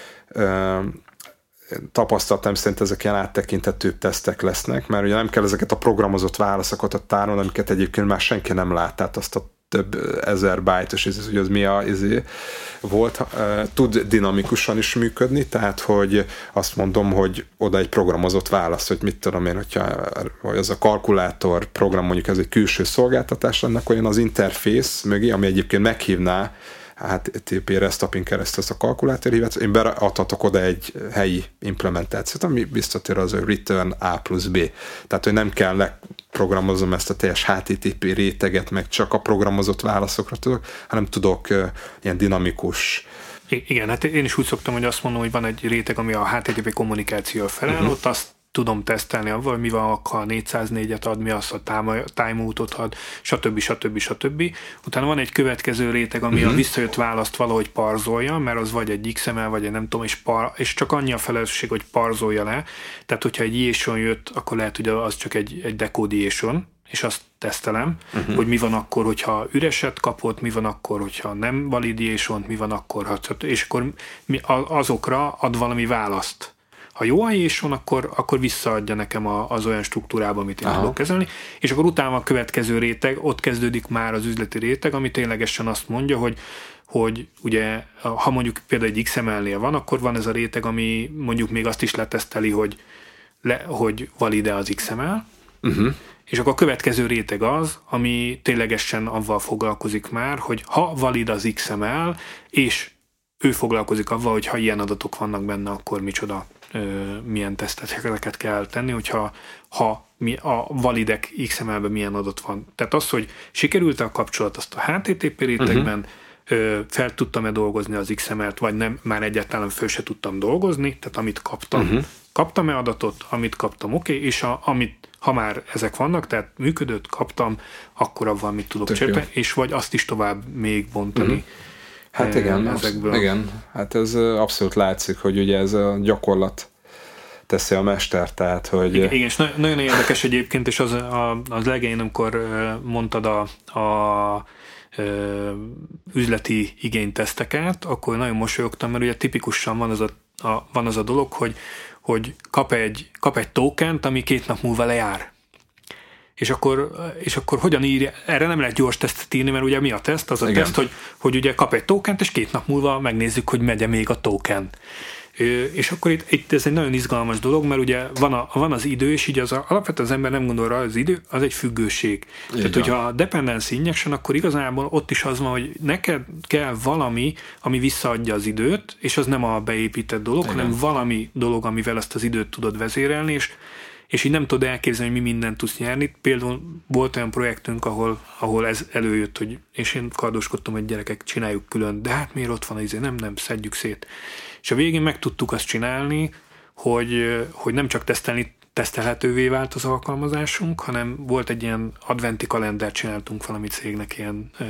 ö, tapasztaltam, szerint ezek ilyen áttekintetőbb tesztek lesznek, mert ugye nem kell ezeket a programozott válaszokat a tárolni, amiket egyébként már senki nem lát, tehát azt a több ezer bájtos, ez, hogy az mi a, izé, volt, tud dinamikusan is működni, tehát hogy azt mondom, hogy oda egy programozott válasz, hogy mit tudom én, hogyha hogy az a kalkulátor program, mondjuk ez egy külső szolgáltatás, annak olyan az interfész mögé, ami egyébként meghívná hát té pé REST-API-n keresztül ezt a kalkulátor hívet, én beadhatok oda egy helyi implementációt, ami visszatér az, hogy return A plusz B. Tehát, hogy nem kell leprogramozom ezt a teljes há té té pé réteget, meg csak a programozott válaszokra tudok, hanem tudok uh, ilyen dinamikus. Igen, hát én is úgy szoktam, hogy azt mondom, hogy van egy réteg, ami a há té té pé kommunikáció felel, uh-huh. ott azt tudom tesztelni avval, mi van, ha négyszáznégyet ad, mi az a timeoutot ad, stb. stb. stb. Utána van egy következő réteg, ami uh-huh. a visszajött választ valahogy parzolja, mert az vagy egy iksz em el, vagy egy nem tudom, és, par, és csak annyi a felelősség, hogy parzolja le. Tehát, hogyha egy JSON jött, akkor lehet, hogy az csak egy, egy decode JSON, és azt tesztelem, uh-huh. hogy mi van akkor, hogyha üreset kapott, mi van akkor, hogyha nem valid JSON, mi van akkor, és akkor azokra ad valami választ. Ha jó a JSON, akkor, akkor visszaadja nekem a, az olyan struktúrába, amit én tudok kezelni, és akkor utána a következő réteg, ott kezdődik már az üzleti réteg, ami ténylegesen azt mondja, hogy, hogy ugye, ha mondjuk például egy iksz em el-nél van, akkor van ez a réteg, ami mondjuk még azt is leteszteli, hogy, le, hogy valide az iksz em el, uh-huh. és akkor a következő réteg az, ami ténylegesen avval foglalkozik már, hogy ha valid az iksz em el, és ő foglalkozik avval, hogy ha ilyen adatok vannak benne, akkor micsoda, milyen teszteket kell tenni, hogyha ha mi a validek iksz em el-ben milyen adat van. Tehát az, hogy sikerült-e a kapcsolat, azt a há té té pé rétegben uh-huh. fel tudtam-e dolgozni az iksz em el-t, vagy nem, már egyáltalán föl se tudtam dolgozni, tehát amit kaptam, uh-huh. kaptam-e adatot, amit kaptam, oké, okay, és a, amit, ha már ezek vannak, tehát működött, kaptam, akkor avval mit tudok csinálni, és vagy azt is tovább még bontani. Uh-huh. Hát igen, ezekből. igen, hát ez abszolút látszik, hogy ugye ez a gyakorlat teszi a mester, tehát, hogy... Igen, igen, és nagyon érdekes egyébként, és az, a, az legején, amikor mondtad a, a, a üzleti igényteszteket, akkor nagyon mosolyogtam, mert ugye tipikusan van az a, a, van az a dolog, hogy, hogy kap, egy, kap egy tokent, ami két nap múlva lejár. És akkor, és akkor hogyan írja, erre nem lehet gyors tesztet írni, mert ugye mi a teszt? Az a Igen. teszt, hogy, hogy ugye kap egy tokent, és két nap múlva megnézzük, hogy megy-e még a token. És akkor itt, itt ez egy nagyon izgalmas dolog, mert ugye van, a, van az idő, és így az a, alapvetően az ember nem gondol rá, az idő, az egy függőség. Igen. Tehát, hogyha a dependency injection, akkor igazából ott is az van, hogy neked kell valami, ami visszaadja az időt, és az nem a beépített dolog, Igen. hanem valami dolog, amivel ezt az időt tudod vezérelni, és és így nem tudod elképzelni, hogy mi mindent tudsz nyerni. Például volt olyan projektünk, ahol, ahol ez előjött, hogy, és én kardoskodtam, hogy gyerekek, csináljuk külön, de hát miért ott van az izé, nem, nem, szedjük szét. És a végén meg tudtuk azt csinálni, hogy, hogy nem csak tesztelni, tesztelhetővé vált az alkalmazásunk, hanem volt egy ilyen adventi kalendert, csináltunk valami cégnek ilyen ö,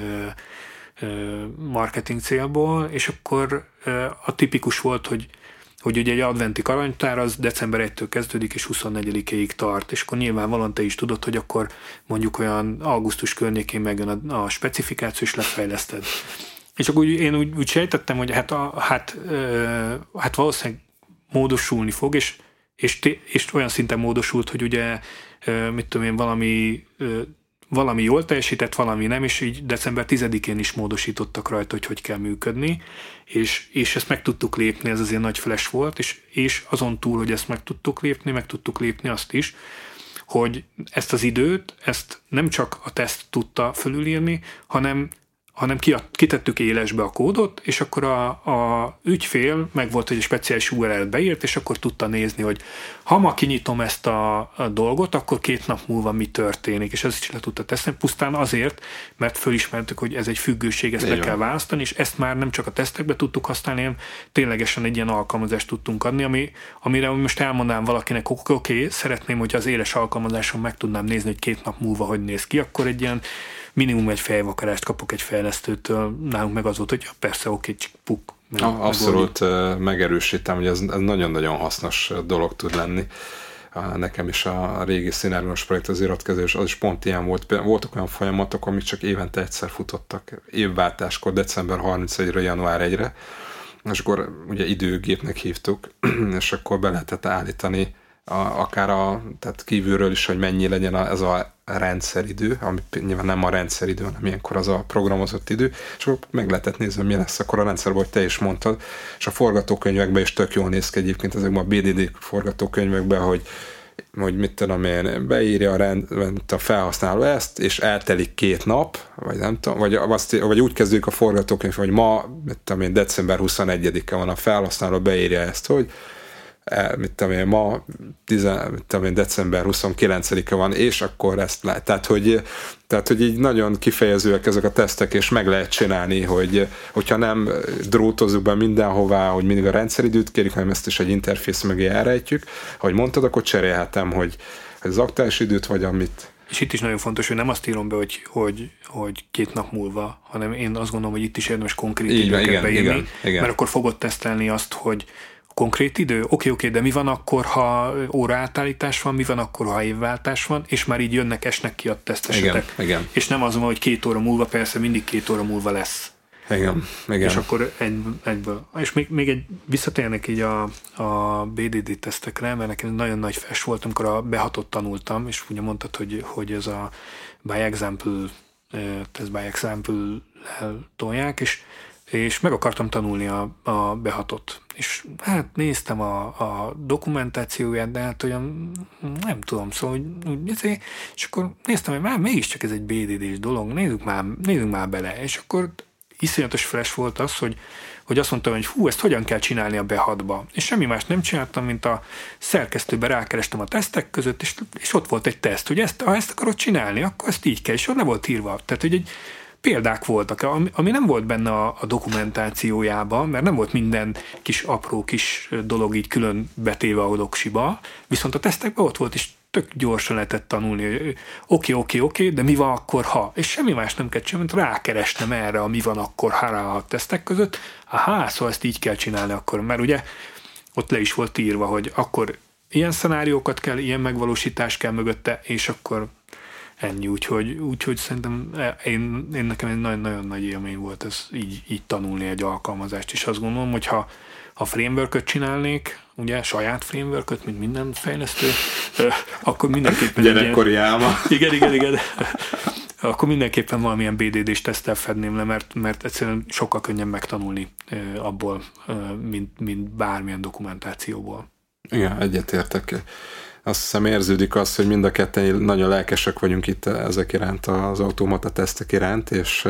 ö, marketing célból, és akkor ö, a tipikus volt, hogy hogy ugye egy adventi karanktár az december elsejétől kezdődik, és huszonnegyedikéig tart, és akkor nyilvánvalóan te is tudod, hogy akkor mondjuk olyan augusztus környékén megjön a, a specifikáció, és lefejleszted. És akkor úgy, én úgy, úgy sejtettem, hogy hát, a, hát, ö, hát valószínűleg módosulni fog, és, és, és olyan szinten módosult, hogy ugye, ö, mit tudom én, valami ö, valami jól teljesített, valami nem, és így december tizedikén is módosítottak rajta, hogy hogy kell működni, és, és ezt meg tudtuk lépni, ez azért nagy flash volt, és, és azon túl, hogy ezt meg tudtuk lépni, meg tudtuk lépni azt is, hogy ezt az időt, ezt nem csak a teszt tudta fölülírni, hanem hanem kitettük élesbe a kódot, és akkor a, a ügyfél meg volt, hogy egy speciális u er el-t beírt, és akkor tudta nézni, hogy ha ma kinyitom ezt a, a dolgot, akkor két nap múlva mi történik, és ez is le tudta tesztelni, pusztán azért, mert fölismertük, hogy ez egy függőség, ezt le kell választani, és ezt már nem csak a tesztekbe tudtuk használni, hanem ténylegesen egy ilyen alkalmazást tudtunk adni, ami, amire most elmondanám valakinek, oké, okay, szeretném, hogy az éles alkalmazáson meg tudnám nézni, hogy két nap múlva hogy néz ki, akkor egy ilyen minimum egy fejvakarást kapok egy fejlesztőtől, nálunk meg az volt, hogy persze, oké, csak puk. Abszolút megerősítem, hogy ez, ez nagyon-nagyon hasznos dolog tud lenni. nekem is a régi szináriós projekt, az iratkezés, az is pont ilyen volt. Voltak olyan folyamatok, amik csak évente egyszer futottak, évváltáskor, december harmincegyedikéről január elsejére, és akkor ugye időgépnek hívtuk, és akkor be lehetett állítani a, akár a, tehát kívülről is, hogy mennyi legyen a, ez a rendszeridő, ami nyilván nem a rendszeridő, hanem ilyenkor az a programozott idő, és akkor meg lehetett nézni, mi lesz akkor a rendszerben, hogy te is mondtad, és a forgatókönyvekben is tök jól néz ki egyébként ezekben a bé dé dé forgatókönyvekben, hogy, hogy mit tudom én, beírja a, rend, a felhasználó ezt, és eltelik két nap, vagy nem tudom, vagy, azt, vagy úgy kezdődik a forgatókönyv, hogy ma, mit tudom én, december huszonegyedike van, a felhasználó beírja ezt, hogy mit tudom én, ma tizen, mit tudom én, december huszonkilencedike van, és akkor ezt lehet. Tehát hogy, tehát, hogy így nagyon kifejezőek ezek a tesztek, és meg lehet csinálni, hogy hogyha nem drótozzuk be mindenhová, hogy mindig a rendszeridőt kérjük, hanem ezt is egy interfész mögé elrejtjük. Ahogy mondtad, akkor cserélhetem, hogy az aktuális időt, vagy amit. És itt is nagyon fontos, hogy nem azt írom be, hogy, hogy, hogy két nap múlva, hanem én azt gondolom, hogy itt is érdemes konkrét így, időket igen, beírni, igen, igen. mert akkor fogod tesztelni azt, hogy konkrét idő? Oké, okay, oké, okay, de mi van akkor, ha óraátállítás van, mi van akkor, ha évváltás van, és már így jönnek, esnek ki a tesztesetek. Igen, igen. És nem az van, hogy két óra múlva, persze mindig két óra múlva lesz. Igen, igen. És akkor egy, egyből. És még, még egy visszatérnek így a, a bé dé dé tesztekre, mert nekem nagyon nagy fes volt, amikor a behatot tanultam, és ugye mondtad, hogy, hogy ez a by example, test by example-lel tolják, és és meg akartam tanulni a, a behatot. És hát néztem a, a dokumentációját, de hát olyan nem tudom, szóval, hogy, és akkor néztem, hogy már mégiscsak ez egy bé dé dés dolog, nézzük már, nézzük már bele. És akkor iszonyatos flash volt az, hogy, hogy azt mondtam, hogy hú, ezt hogyan kell csinálni a behatba. És semmi más nem csináltam, mint a szerkesztőbe rákerestem a tesztek között, és, és ott volt egy teszt, hogy ezt, ha ezt akarod csinálni, akkor ezt így kell, és ott le volt írva. Tehát, hogy egy példák voltak, ami, ami nem volt benne a, a dokumentációjában, mert nem volt minden kis apró kis dolog így külön betéve a doksiba, viszont a tesztekben ott volt, és tök gyorsan lehetett tanulni, oké, oké, oké, de mi van akkor, ha? És semmi más nem kell csinálni, mint rákeresnem erre a mi van akkor, ha a tesztek között. Aha, szóval ezt így kell csinálni akkor, mert ugye ott le is volt írva, hogy akkor ilyen szenáriókat kell, ilyen megvalósítás kell mögötte, és akkor ennyi, úgyhogy, úgyhogy szerintem én, én nekem egy nagyon-nagyon nagy élmény volt ez így, így tanulni egy alkalmazást, és azt gondolom, hogy ha, ha frameworköt csinálnék, ugye saját frameworköt, mint minden fejlesztő, akkor mindenképpen gyerekkori álma. Igen, igen, igen. Akkor mindenképpen valamilyen bé dé dés teszttel fedném le, mert, mert egyszerűen sokkal könnyebb megtanulni abból, mint, mint bármilyen dokumentációból. Igen, egyetértek. Azt hiszem érződik az, hogy mind a ketten nagyon lelkesek vagyunk itt ezek iránt, az automata tesztek iránt, és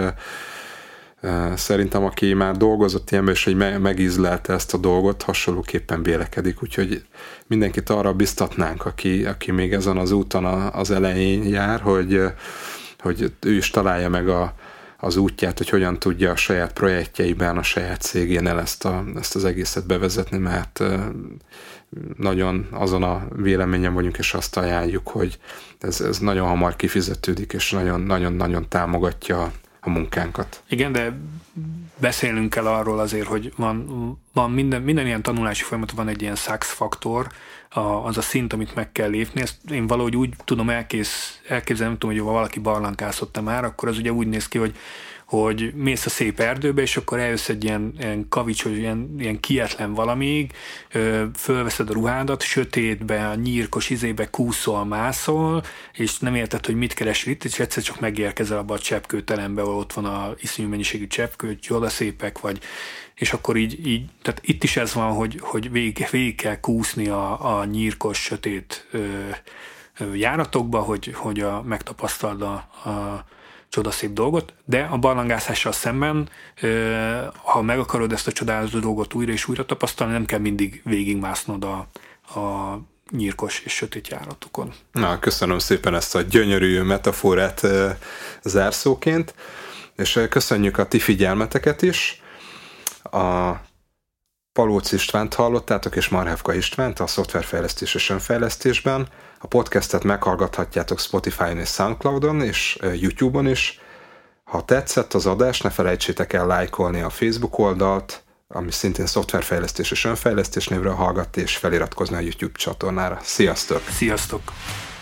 uh, szerintem aki már dolgozott ilyenben, és hogy me- megízlelte ezt a dolgot, hasonlóképpen vélekedik, úgyhogy mindenkit arra biztatnánk, aki, aki még ezen az úton a, az elején jár, hogy, hogy ő is találja meg a, az útját, hogy hogyan tudja a saját projektjeiben, a saját cégénél ezt, a, ezt az egészet bevezetni, mert uh, nagyon azon a véleményen vagyunk, és azt ajánljuk, hogy ez, ez nagyon hamar kifizetődik, és nagyon-nagyon támogatja a munkánkat. Igen, de beszélnünk kell arról azért, hogy van, van minden, minden ilyen tanulási folyamat, van egy ilyen success faktor, a, az a szint, amit meg kell lépni. Ezt én valahogy úgy tudom elkész, elképzelni, nem tudom, hogy ha valaki barlankászott már, akkor az ugye úgy néz ki, hogy hogy mész a szép erdőbe, és akkor eljössz egy ilyen, ilyen kavicsos, ilyen, ilyen kietlen valamig, fölveszed a ruhádat, sötétbe, a nyírkos izébe kúszol, mászol, és nem érted, hogy mit keresel itt, és egyszer csak megérkezel abba a cseppkőtelembe, ahol ott van a iszonyú mennyiségű cseppkő, odaszépek vagy, és akkor így, így, tehát itt is ez van, hogy, hogy végig, végig kell kúszni a, a nyírkos, sötét ö, ö, járatokba, hogy, hogy a, megtapasztald a, a csodaszép dolgot, de a barlangászással szemben, ha meg akarod ezt a csodálatos dolgot újra és újra tapasztalni, nem kell mindig végigmásznod a, a nyírkos és sötét járatokon. Na, köszönöm szépen ezt a gyönyörű metaforát zárszóként, és köszönjük a ti figyelmeteket is. A Palóc Istvánt hallottátok, és Marhevka Istvánt a szoftverfejlesztés és önfejlesztésben. A podcastet meghallgathatjátok Spotify-on és Soundcloudon, és YouTube-on is. Ha tetszett az adás, ne felejtsétek el lájkolni a Facebook oldalt, ami szintén szoftverfejlesztés és önfejlesztés névről hallgatni, és feliratkozni a YouTube csatornára. Sziasztok! Sziasztok!